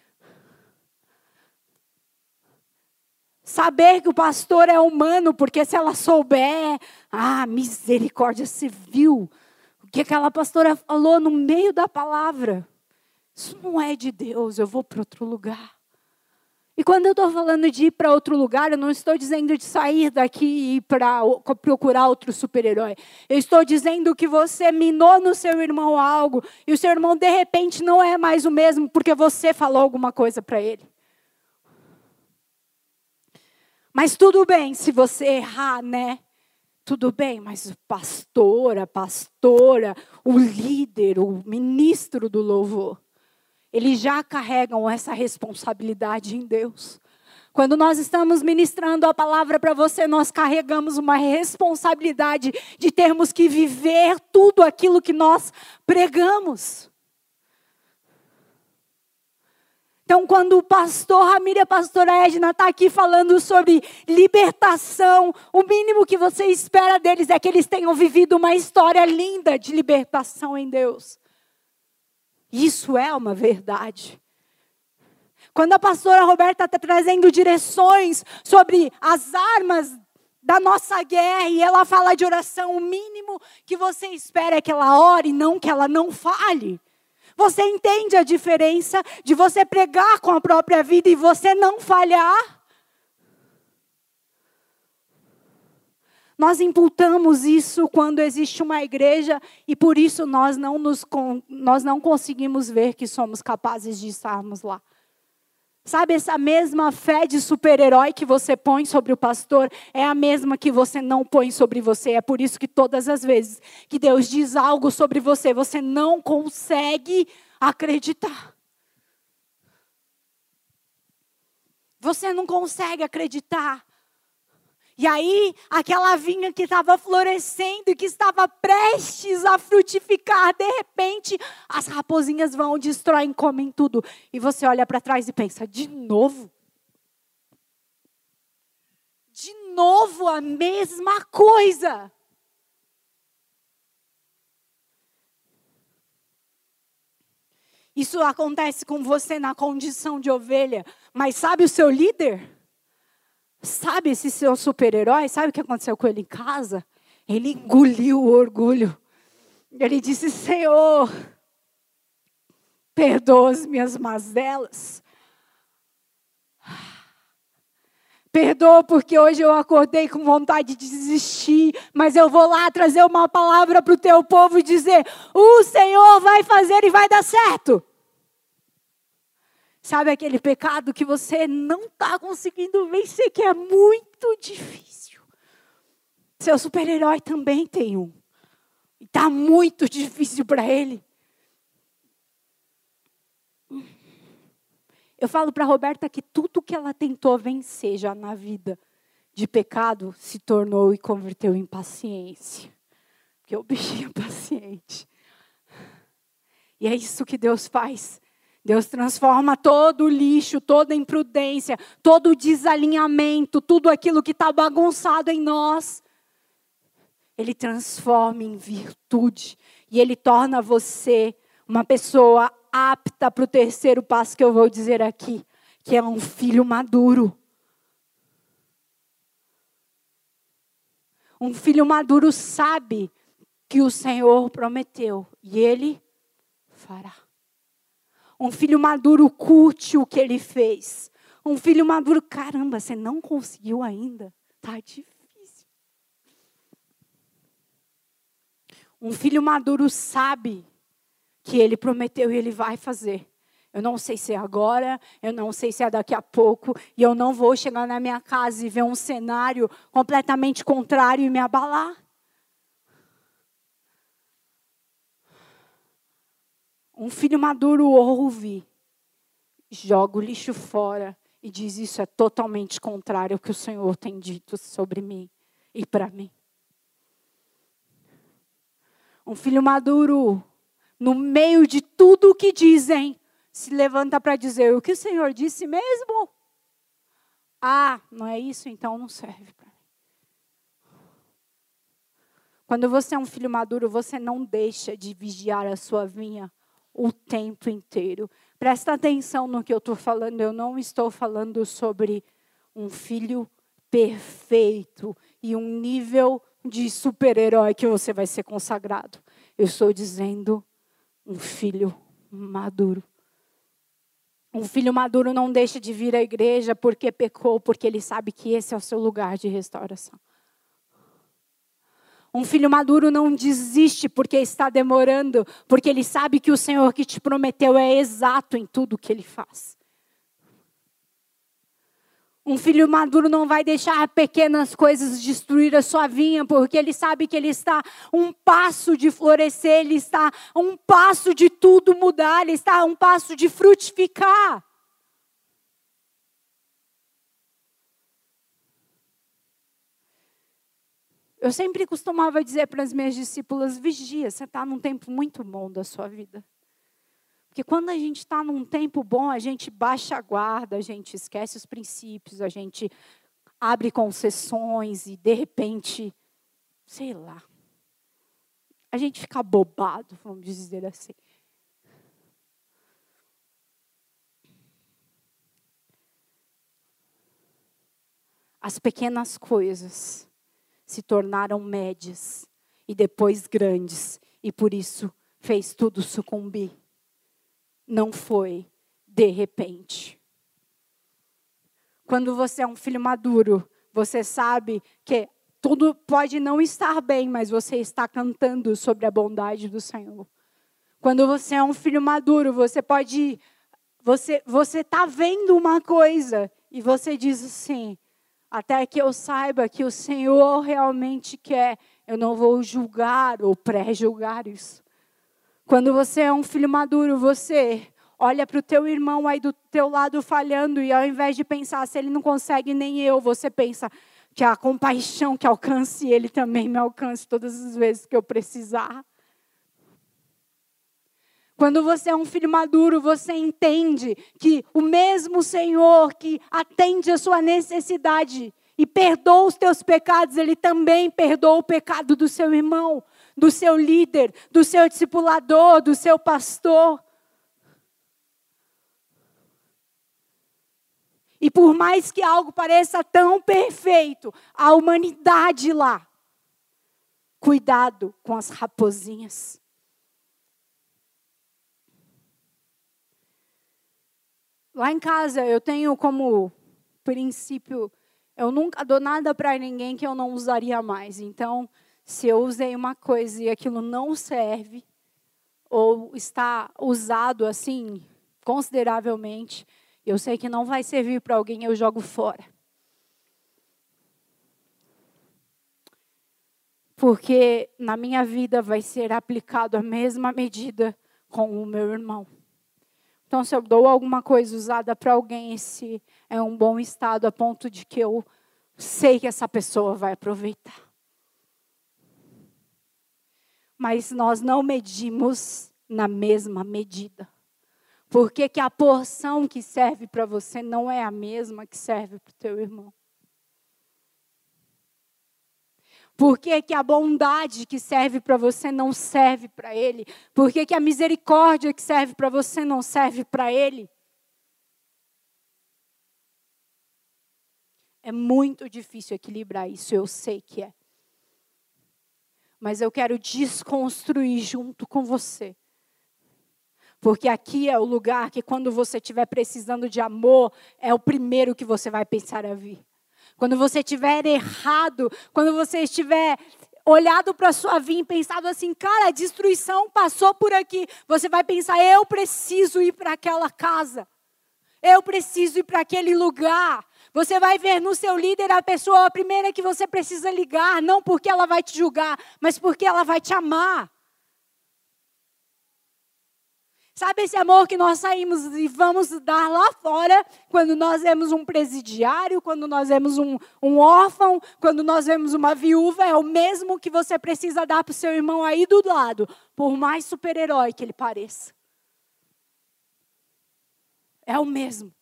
saber que o pastor é humano, porque se ela souber, misericórdia, você viu o que aquela pastora falou no meio da palavra? Isso não é de Deus, eu vou para outro lugar. E quando eu estou falando de ir para outro lugar, eu não estou dizendo de sair daqui e ir para procurar outro super-herói. Eu estou dizendo que você minou no seu irmão algo, e o seu irmão de repente não é mais o mesmo, porque você falou alguma coisa para ele. Mas tudo bem se você errar, né? Tudo bem, mas o pastor, a pastora, o líder, o ministro do louvor, eles já carregam essa responsabilidade em Deus. Quando nós estamos ministrando a palavra para você, nós carregamos uma responsabilidade de termos que viver tudo aquilo que nós pregamos. Então, quando o pastor Ramiro e a pastora Edna estão aqui falando sobre libertação, o mínimo que você espera deles é que eles tenham vivido uma história linda de libertação em Deus. Isso é uma verdade. Quando a pastora Roberta está trazendo direções sobre as armas da nossa guerra e ela fala de oração, o mínimo que você espera é que ela ore, não que ela não fale. Você entende a diferença de você pregar com a própria vida e você não falhar? Nós imputamos isso quando existe uma igreja e por isso nós não conseguimos ver que somos capazes de estarmos lá. Sabe, essa mesma fé de super-herói que você põe sobre o pastor é a mesma que você não põe sobre você. É por isso que todas as vezes que Deus diz algo sobre você, você não consegue acreditar. Você não consegue acreditar. E aí, aquela vinha que estava florescendo e que estava prestes a frutificar, de repente, as raposinhas vão, destroem, comem tudo. E você olha para trás e pensa, de novo? De novo a mesma coisa. Isso acontece com você na condição de ovelha, mas sabe o seu líder? Sabe esse seu super-herói? Sabe o que aconteceu com ele em casa? Ele engoliu o orgulho. Ele disse, Senhor, perdoa as minhas mazelas. Perdoa porque hoje eu acordei com vontade de desistir, mas eu vou lá trazer uma palavra para o teu povo e dizer, o Senhor vai fazer e vai dar certo. Sabe aquele pecado que você não está conseguindo vencer, que é muito difícil. Seu super-herói também tem um. E está muito difícil para ele. Eu falo para a Roberta que tudo que ela tentou vencer já na vida de pecado se tornou e converteu em paciência. Porque o bichinho é paciente. E é isso que Deus faz. Deus transforma todo o lixo, toda a imprudência, todo o desalinhamento, tudo aquilo que está bagunçado em nós. Ele transforma em virtude. E Ele torna você uma pessoa apta para o terceiro passo que eu vou dizer aqui, que é um filho maduro. Um filho maduro sabe que o Senhor prometeu e Ele fará. Um filho maduro curte o que Ele fez. Um filho maduro, caramba, você não conseguiu ainda? Tá difícil. Um filho maduro sabe que Ele prometeu e Ele vai fazer. Eu não sei se é agora, eu não sei se é daqui a pouco, e eu não vou chegar na minha casa e ver um cenário completamente contrário e me abalar. Um filho maduro ouve, joga o lixo fora e diz: isso é totalmente contrário ao que o Senhor tem dito sobre mim e para mim. Um filho maduro, no meio de tudo o que dizem, se levanta para dizer: o que o Senhor disse mesmo? Ah, não é isso? Então não serve para mim. Quando você é um filho maduro, você não deixa de vigiar a sua vinha o tempo inteiro. Presta atenção no que eu estou falando. Eu não estou falando sobre um filho perfeito e um nível de super-herói que você vai ser consagrado. Eu estou dizendo um filho maduro. Um filho maduro não deixa de vir à igreja porque pecou, porque ele sabe que esse é o seu lugar de restauração. Um filho maduro não desiste porque está demorando, porque ele sabe que o Senhor que te prometeu é exato em tudo que ele faz. Um filho maduro não vai deixar pequenas coisas destruir a sua vinha, porque ele sabe que ele está um passo de florescer, ele está um passo de tudo mudar, ele está um passo de frutificar. Eu sempre costumava dizer para as minhas discípulas: vigia, você está num tempo muito bom da sua vida. Porque quando a gente está num tempo bom, a gente baixa a guarda, a gente esquece os princípios, a gente abre concessões e de repente, sei lá, a gente fica bobado, vamos dizer assim. As pequenas coisas se tornaram médias e depois grandes, e por isso fez tudo sucumbir. Não foi de repente. Quando você é um filho maduro, você sabe que tudo pode não estar bem, mas você está cantando sobre a bondade do Senhor. Quando você é um filho maduro, você está vendo uma coisa e você diz assim: até que eu saiba que o Senhor realmente quer, eu não vou julgar ou pré-julgar isso. Quando você é um filho maduro, você olha para o teu irmão aí do teu lado falhando e ao invés de pensar, se ele não consegue nem eu, você pensa que a compaixão que alcance ele também me alcance todas as vezes que eu precisar. Quando você é um filho maduro, você entende que o mesmo Senhor que atende a sua necessidade e perdoa os teus pecados, Ele também perdoa o pecado do seu irmão, do seu líder, do seu discipulador, do seu pastor. E por mais que algo pareça tão perfeito, a humanidade lá, cuidado com as raposinhas. Lá em casa eu tenho como princípio, eu nunca dou nada para ninguém que eu não usaria mais. Então, se eu usei uma coisa e aquilo não serve, ou está usado assim, consideravelmente, eu sei que não vai servir para alguém, eu jogo fora. Porque na minha vida vai ser aplicado a mesma medida com o meu irmão. Então, se eu dou alguma coisa usada para alguém, esse é um bom estado a ponto de que eu sei que essa pessoa vai aproveitar. Mas nós não medimos na mesma medida? Por que que a porção que serve para você não é a mesma que serve para o teu irmão? Por que que a bondade que serve para você não serve para ele? Por que que a misericórdia que serve para você não serve para ele? É muito difícil equilibrar isso, eu sei que é. Mas eu quero desconstruir junto com você. Porque aqui é o lugar que quando você estiver precisando de amor, é o primeiro que você vai pensar a vir. Quando você estiver errado, quando você estiver olhado para a sua vida e pensado assim, cara, a destruição passou por aqui. Você vai pensar, eu preciso ir para aquela casa. Eu preciso ir para aquele lugar. Você vai ver no seu líder a pessoa, a primeira que você precisa ligar, não porque ela vai te julgar, mas porque ela vai te amar. Sabe esse amor que nós saímos e vamos dar lá fora, quando nós vemos um presidiário, quando nós vemos um órfão, quando nós vemos uma viúva, é o mesmo que você precisa dar para o seu irmão aí do lado, por mais super-herói que ele pareça. É o mesmo.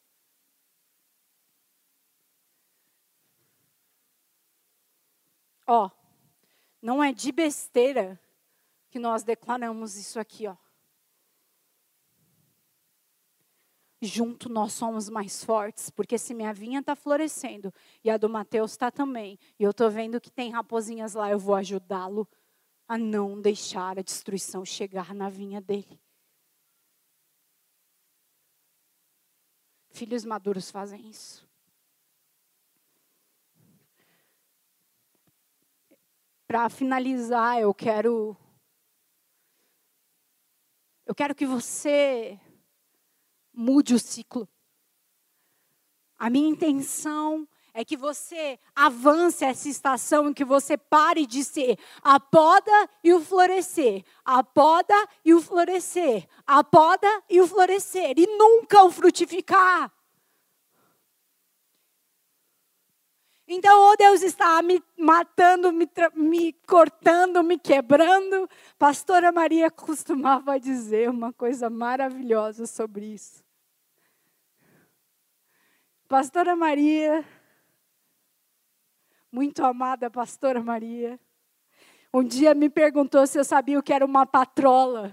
Ó, não é de besteira que nós declaramos isso aqui, ó. Junto nós somos mais fortes, porque se minha vinha está florescendo e a do Mateus está também, e eu estou vendo que tem raposinhas lá, eu vou ajudá-lo a não deixar a destruição chegar na vinha dele. Filhos maduros fazem isso. Para finalizar, eu quero que você mude o ciclo. A minha intenção é que você avance essa estação, em que você pare de ser a poda e o florescer, a poda e o florescer, a poda e o florescer, e nunca o frutificar. Então, ou Deus está me matando, me cortando, me quebrando. Pastora Maria costumava dizer uma coisa maravilhosa sobre isso. Pastora Maria, muito amada Pastora Maria, um dia me perguntou se eu sabia o que era uma patrola.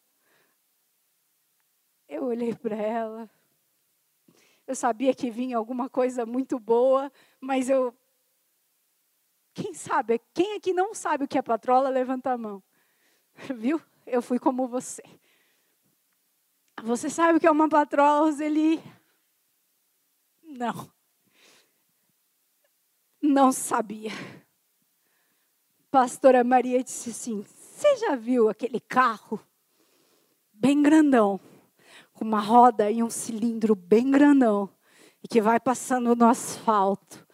Eu olhei para ela. Eu sabia que vinha alguma coisa muito boa, mas quem sabe? Quem aqui não sabe o que é patrola, levanta a mão. Viu? Eu fui como você. Você sabe o que é uma patrola, Roseli? Não. Não sabia. Pastora Maria disse assim, você já viu aquele carro bem grandão, com uma roda e um cilindro bem grandão, e que vai passando no asfalto,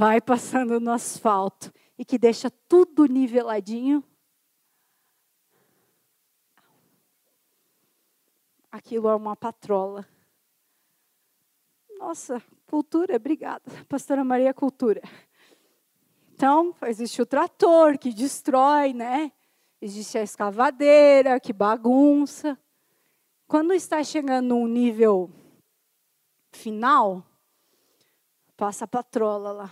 e que deixa tudo niveladinho? Aquilo é uma patrola. Nossa, cultura, obrigada. Pastora Maria, cultura. Então, existe o trator que destrói, né? Existe a escavadeira que bagunça. Quando está chegando num nível final, passa a patrola lá.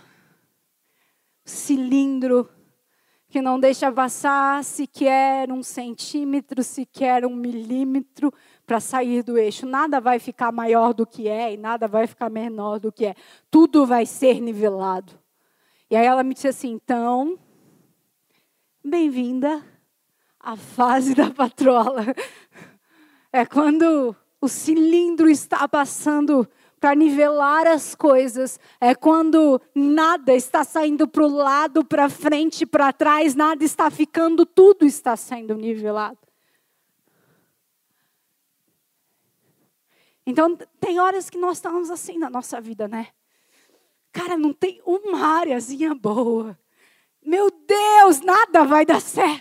Cilindro que não deixa passar sequer 1 centímetro, sequer 1 milímetro para sair do eixo. Nada vai ficar maior do que é e nada vai ficar menor do que é. Tudo vai ser nivelado. E aí ela me disse assim, então, bem-vinda à fase da patrola. É quando o cilindro está passando para nivelar as coisas. É quando nada está saindo para o lado, para frente, para trás. Nada está ficando, tudo está sendo nivelado. Então, tem horas que nós estamos assim na nossa vida, né? Cara, não tem uma areazinha boa. Meu Deus, nada vai dar certo.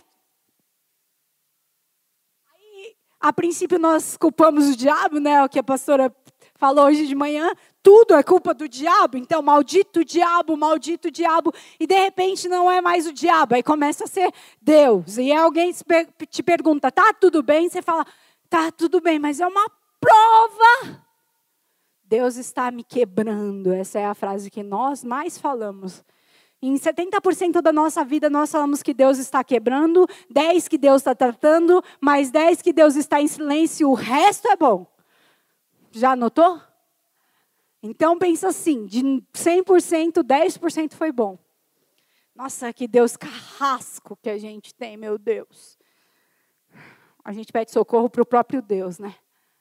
A princípio nós culpamos o diabo, né? O que a pastora falou hoje de manhã. Tudo é culpa do diabo. Então, maldito diabo, maldito diabo. E de repente não é mais o diabo. Aí começa a ser Deus. E alguém te pergunta, tá tudo bem? Você fala, tá tudo bem, mas é uma prova. Deus está me quebrando. Essa é a frase que nós mais falamos. Em 70% da nossa vida, nós falamos que Deus está quebrando, 10% que Deus está tratando, mais 10% que Deus está em silêncio, o resto é bom. Já notou? Então, pensa assim, de 100%, 10% foi bom. Nossa, que Deus carrasco que a gente tem, meu Deus. A gente pede socorro para o próprio Deus, né?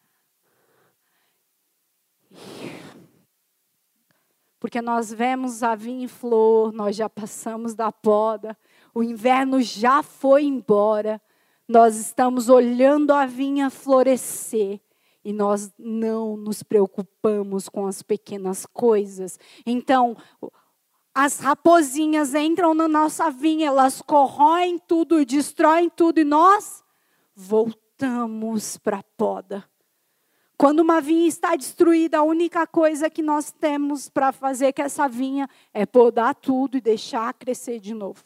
Porque nós vemos a vinha em flor, nós já passamos da poda, o inverno já foi embora, nós estamos olhando a vinha florescer e nós não nos preocupamos com as pequenas coisas. Então, as raposinhas entram na nossa vinha, elas corroem tudo, destroem tudo e nós voltamos para a poda. Quando uma vinha está destruída, a única coisa que nós temos para fazer com essa vinha é podar tudo e deixar crescer de novo.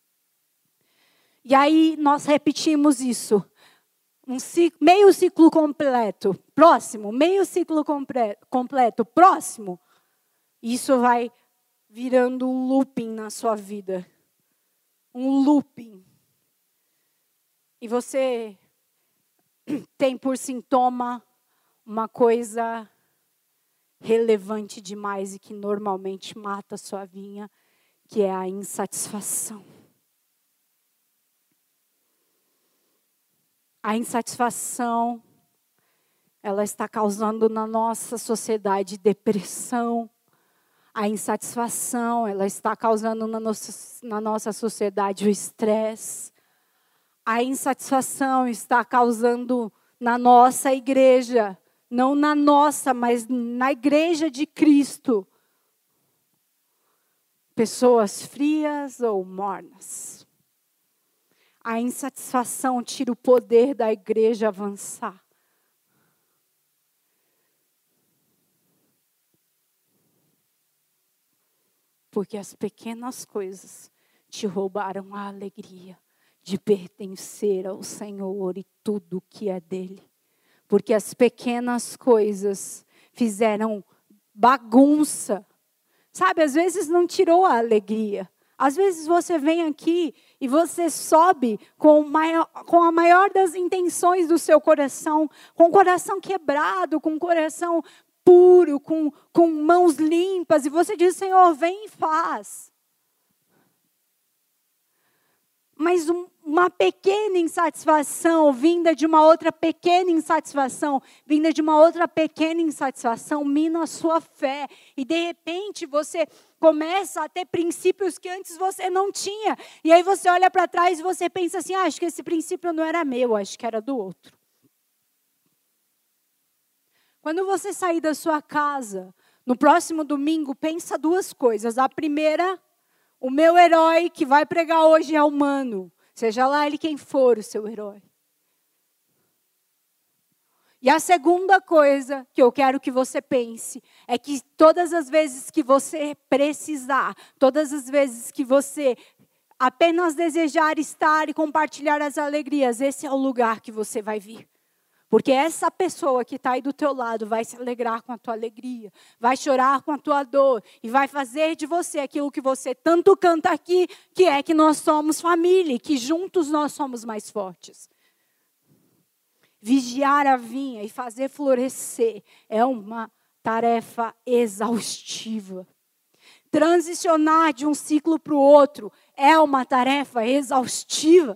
E aí nós repetimos isso. Meio ciclo completo, próximo. Meio ciclo completo, próximo. Isso vai virando um looping na sua vida. Um looping. E você tem por sintoma uma coisa relevante demais e que normalmente mata a sua vinha, que é a insatisfação. A insatisfação, ela está causando na nossa sociedade depressão. A insatisfação, ela está causando na nossa sociedade o estresse. A insatisfação está causando na nossa igreja, não na nossa, mas na igreja de Cristo, pessoas frias ou mornas. A insatisfação tira o poder da igreja avançar. Porque as pequenas coisas te roubaram a alegria de pertencer ao Senhor e tudo que é dele. Porque as pequenas coisas fizeram bagunça. Sabe, às vezes não tirou a alegria. Às vezes você vem aqui e você sobe com a maior das intenções do seu coração, com o coração quebrado, com o coração puro, com mãos limpas. E você diz, Senhor, vem e faz. Mas uma pequena insatisfação vinda de uma outra pequena insatisfação, vinda de uma outra pequena insatisfação, mina a sua fé. E de repente você começa a ter princípios que antes você não tinha. E aí você olha para trás e você pensa assim, acho que esse princípio não era meu, acho que era do outro. Quando você sair da sua casa, no próximo domingo, pensa duas coisas. A primeira, o meu herói que vai pregar hoje é humano. Seja lá ele quem for o seu herói. E a segunda coisa que eu quero que você pense é que todas as vezes que você precisar, todas as vezes que você apenas desejar estar e compartilhar as alegrias, esse é o lugar que você vai vir. Porque essa pessoa que está aí do teu lado vai se alegrar com a tua alegria, vai chorar com a tua dor e vai fazer de você aquilo que você tanto canta aqui, que é que nós somos família, que juntos nós somos mais fortes. Vigiar a vinha e fazer florescer é uma tarefa exaustiva. Transicionar de um ciclo para o outro é uma tarefa exaustiva.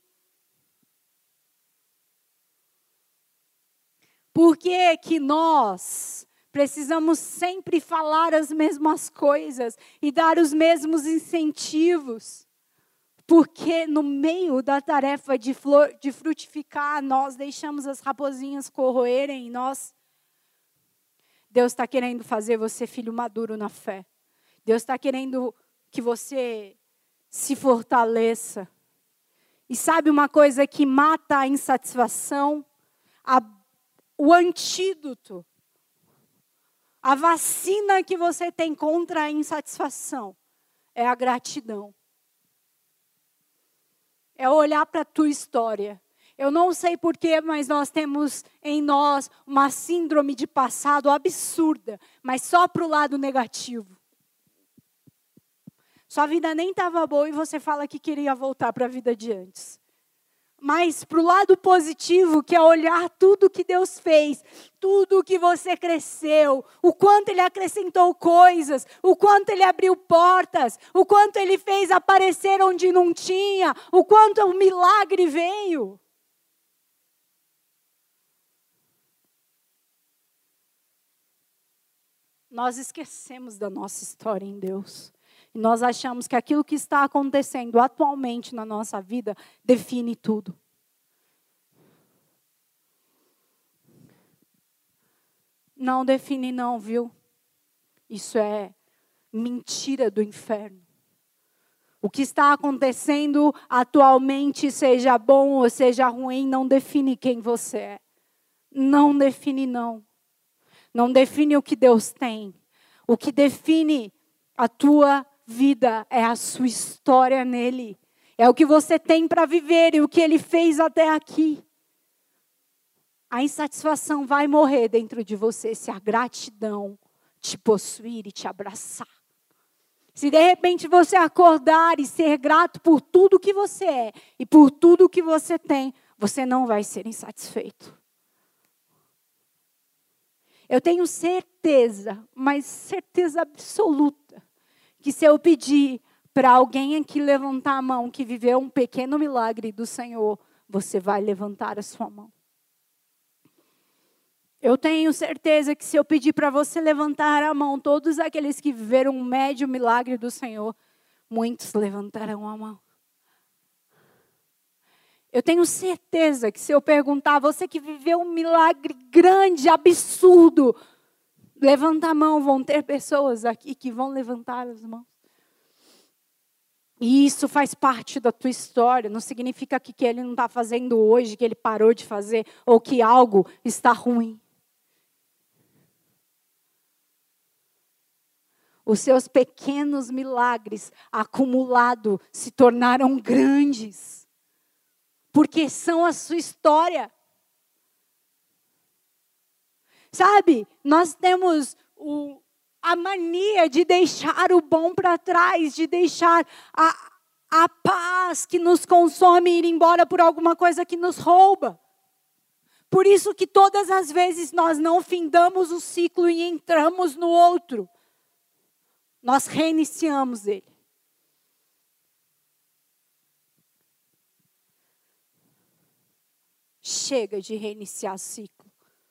Por que que nós precisamos sempre falar as mesmas coisas e dar os mesmos incentivos? Porque no meio da tarefa de frutificar, nós deixamos as raposinhas corroerem em nós. Deus está querendo fazer você filho maduro na fé. Deus está querendo que você se fortaleça. E sabe uma coisa que mata a insatisfação? O antídoto, a vacina que você tem contra a insatisfação é a gratidão. É olhar para a tua história Eu não sei porquê, mas nós temos em nós uma síndrome de passado absurda, mas só para o lado negativo. Sua vida nem estava boa e você fala que queria voltar para a vida de antes. Mas para o lado positivo, que é olhar tudo que Deus fez, tudo que você cresceu, o quanto Ele acrescentou coisas, o quanto Ele abriu portas, o quanto Ele fez aparecer onde não tinha, o quanto o milagre veio. Nós esquecemos da nossa história em Deus. E nós achamos que aquilo que está acontecendo atualmente na nossa vida define tudo. Não define não, viu? Isso é mentira do inferno. O que está acontecendo atualmente, seja bom ou seja ruim, não define quem você é. Não define não. Não define o que Deus tem. O que define a tua vida é a sua história nele. É o que você tem para viver e o que Ele fez até aqui. A insatisfação vai morrer dentro de você se a gratidão te possuir e te abraçar. Se de repente você acordar e ser grato por tudo que você é e por tudo que você tem, você não vai ser insatisfeito. Eu tenho certeza, mas certeza absoluta, que se eu pedir para alguém aqui levantar a mão que viveu um pequeno milagre do Senhor, você vai levantar a sua mão. Eu tenho certeza que se eu pedir para você levantar a mão, todos aqueles que viveram um médio milagre do Senhor, muitos levantarão a mão. Eu tenho certeza que se eu perguntar, você que viveu um milagre grande, absurdo, levanta a mão, vão ter pessoas aqui que vão levantar as mãos. E isso faz parte da tua história, não significa que ele não está fazendo hoje, que ele parou de fazer, ou que algo está ruim. Os seus pequenos milagres acumulados se tornaram grandes. Porque são a sua história. Sabe, nós temos a mania de deixar o bom para trás, de deixar a paz que nos consome ir embora por alguma coisa que nos rouba. Por isso que todas as vezes nós não findamos o ciclo e entramos no outro. Nós reiniciamos ele. Chega de reiniciar o ciclo.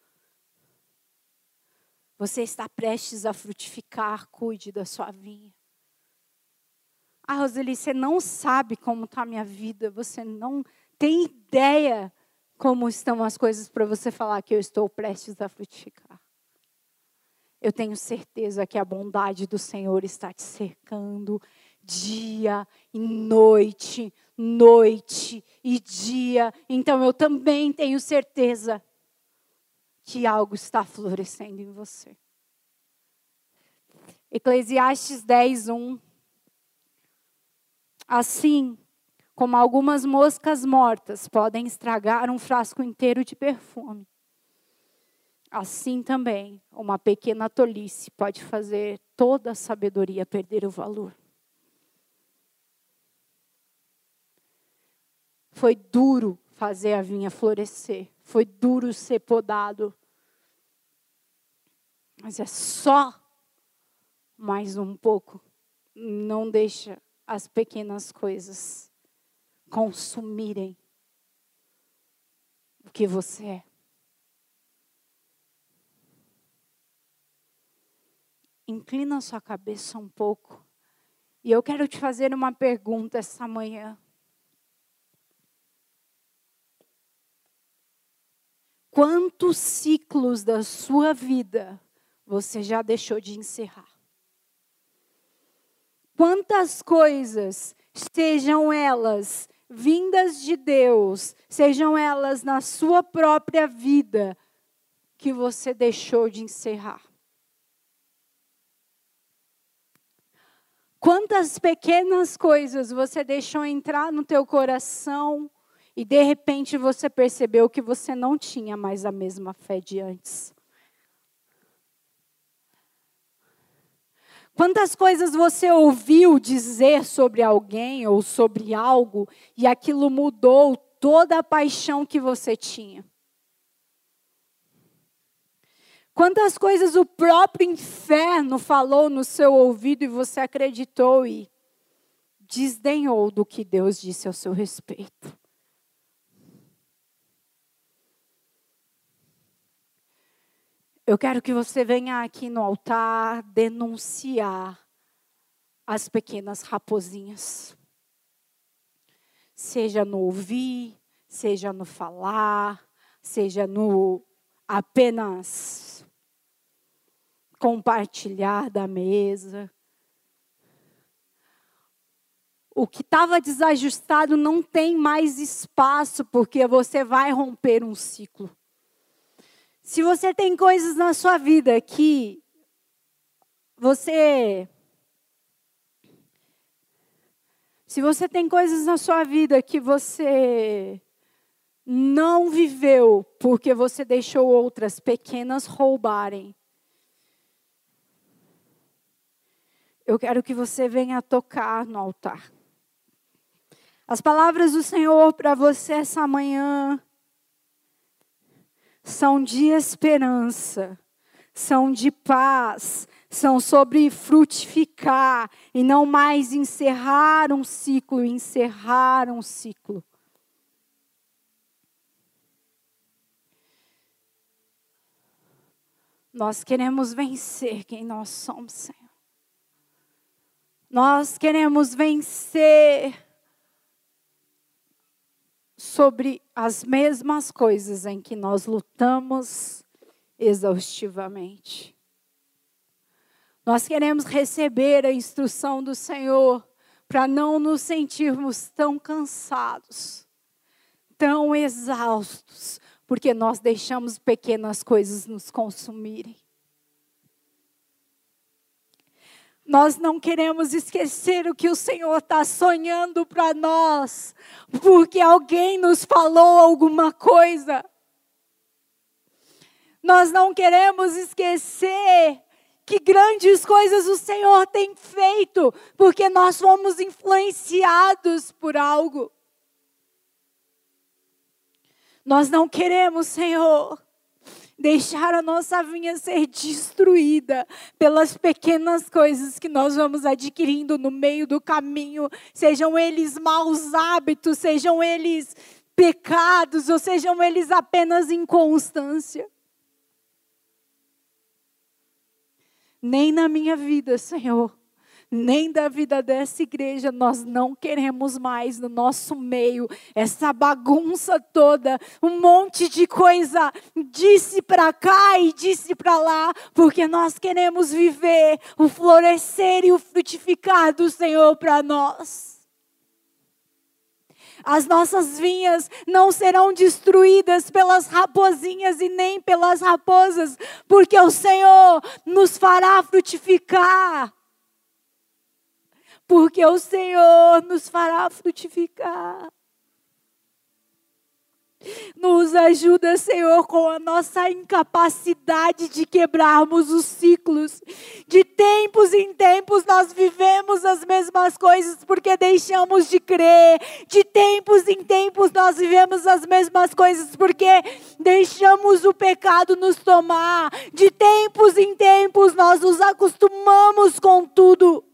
Você está prestes a frutificar, cuide da sua vinha. Ah, Roseli, você não sabe como está a minha vida, você não tem ideia como estão as coisas para você falar que eu estou prestes a frutificar. Eu tenho certeza que a bondade do Senhor está te cercando dia e noite, noite e dia. Então eu também tenho certeza que algo está florescendo em você. Eclesiastes 10:1. Assim como algumas moscas mortas podem estragar um frasco inteiro de perfume, assim também, uma pequena tolice pode fazer toda a sabedoria perder o valor. Foi duro fazer a vinha florescer. Foi duro ser podado. Mas é só mais um pouco. Não deixa as pequenas coisas consumirem o que você é. Inclina a sua cabeça um pouco. E eu quero te fazer uma pergunta essa manhã. Quantos ciclos da sua vida você já deixou de encerrar? Quantas coisas, sejam elas vindas de Deus, sejam elas na sua própria vida, que você deixou de encerrar? Quantas pequenas coisas você deixou entrar no teu coração E de repente você percebeu que você não tinha mais a mesma fé de antes. Quantas coisas você ouviu dizer sobre alguém ou sobre algo e aquilo mudou toda a paixão que você tinha? Quantas coisas o próprio inferno falou no seu ouvido e você acreditou e desdenhou do que Deus disse ao seu respeito? Eu quero que você venha aqui no altar denunciar as pequenas raposinhas. Seja no ouvir, seja no falar, seja no apenas compartilhar da mesa. O que estava desajustado não tem mais espaço, porque você vai romper um ciclo. Se você tem coisas na sua vida que Se você tem coisas na sua vida que você não viveu, porque você deixou outras pequenas roubarem, eu quero que você venha tocar no altar. As palavras do Senhor para você essa manhã são de esperança, são de paz, são sobre frutificar e não mais encerrar um ciclo. Nós queremos vencer quem nós somos, Senhor. Nós queremos vencer sobre as mesmas coisas em que nós lutamos exaustivamente. Nós queremos receber a instrução do Senhor para não nos sentirmos tão cansados, tão exaustos, porque nós deixamos pequenas coisas nos consumirem. Nós não queremos esquecer o que o Senhor está sonhando para nós, porque alguém nos falou alguma coisa. Nós não queremos esquecer que grandes coisas o Senhor tem feito, porque nós fomos influenciados por algo. Nós não queremos, Senhor, deixar a nossa vinha ser destruída pelas pequenas coisas que nós vamos adquirindo no meio do caminho, sejam eles maus hábitos, sejam eles pecados, ou sejam eles apenas inconstância. Nem na minha vida, Senhor, nem da vida dessa igreja, nós não queremos mais no nosso meio essa bagunça toda, um monte de coisa, disse para cá e disse para lá, porque nós queremos viver o florescer e o frutificar do Senhor para nós. As nossas vinhas não serão destruídas pelas raposinhas e nem pelas raposas, porque o Senhor nos fará frutificar. Porque o Senhor nos fará frutificar. Nos ajuda, Senhor, com a nossa incapacidade de quebrarmos os ciclos. De tempos em tempos nós vivemos as mesmas coisas porque deixamos de crer. De tempos em tempos nós vivemos as mesmas coisas porque deixamos o pecado nos tomar. De tempos em tempos nós nos acostumamos com tudo.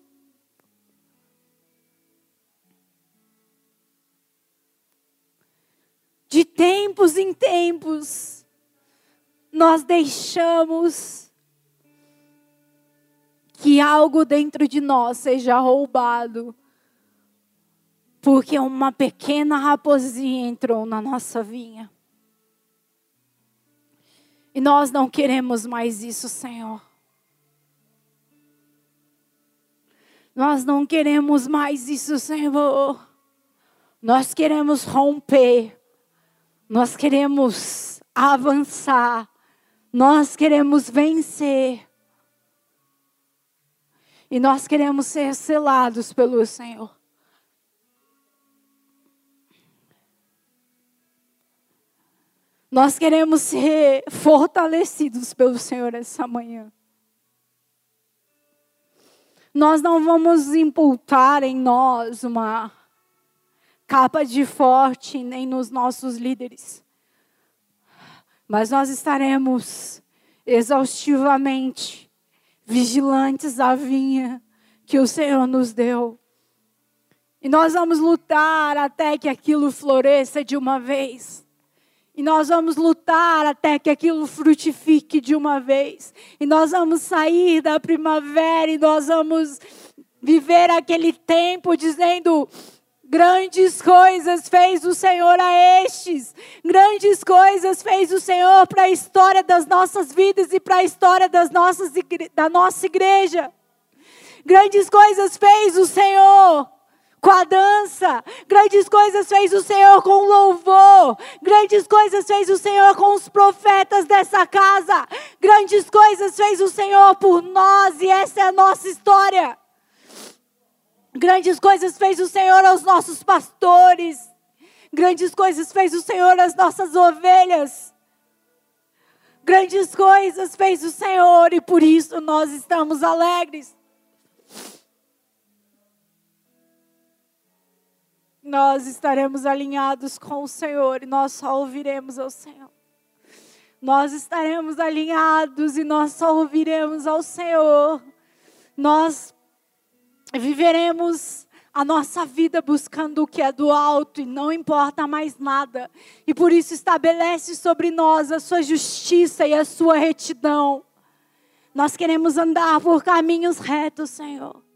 De tempos em tempos, nós deixamos que algo dentro de nós seja roubado, porque uma pequena raposinha entrou na nossa vinha. E nós não queremos mais isso, Senhor. Nós não queremos mais isso, Senhor. Nós queremos romper. Nós queremos avançar, nós queremos vencer. E nós queremos ser selados pelo Senhor. Nós queremos ser fortalecidos pelo Senhor essa manhã. Nós não vamos imputar em nós uma capa de forte, nem nos nossos líderes. Mas nós estaremos exaustivamente vigilantes à vinha que o Senhor nos deu. E nós vamos lutar até que aquilo floresça de uma vez. E nós vamos lutar até que aquilo frutifique de uma vez. E nós vamos sair da primavera e nós vamos viver aquele tempo dizendo: grandes coisas fez o Senhor a estes. Grandes coisas fez o Senhor para a história das nossas vidas e para a história da nossa igreja. Grandes coisas fez o Senhor com a dança. Grandes coisas fez o Senhor com o louvor. Grandes coisas fez o Senhor com os profetas dessa casa. Grandes coisas fez o Senhor por nós e essa é a nossa história. Grandes coisas fez o Senhor aos nossos pastores. Grandes coisas fez o Senhor às nossas ovelhas. Grandes coisas fez o Senhor e por isso nós estamos alegres. Nós estaremos alinhados com o Senhor e nós só ouviremos ao Senhor. Nós estaremos alinhados e nós só ouviremos ao Senhor. Nós viveremos a nossa vida buscando o que é do alto e não importa mais nada. E por isso estabelece sobre nós a sua justiça e a sua retidão. Nós queremos andar por caminhos retos, Senhor.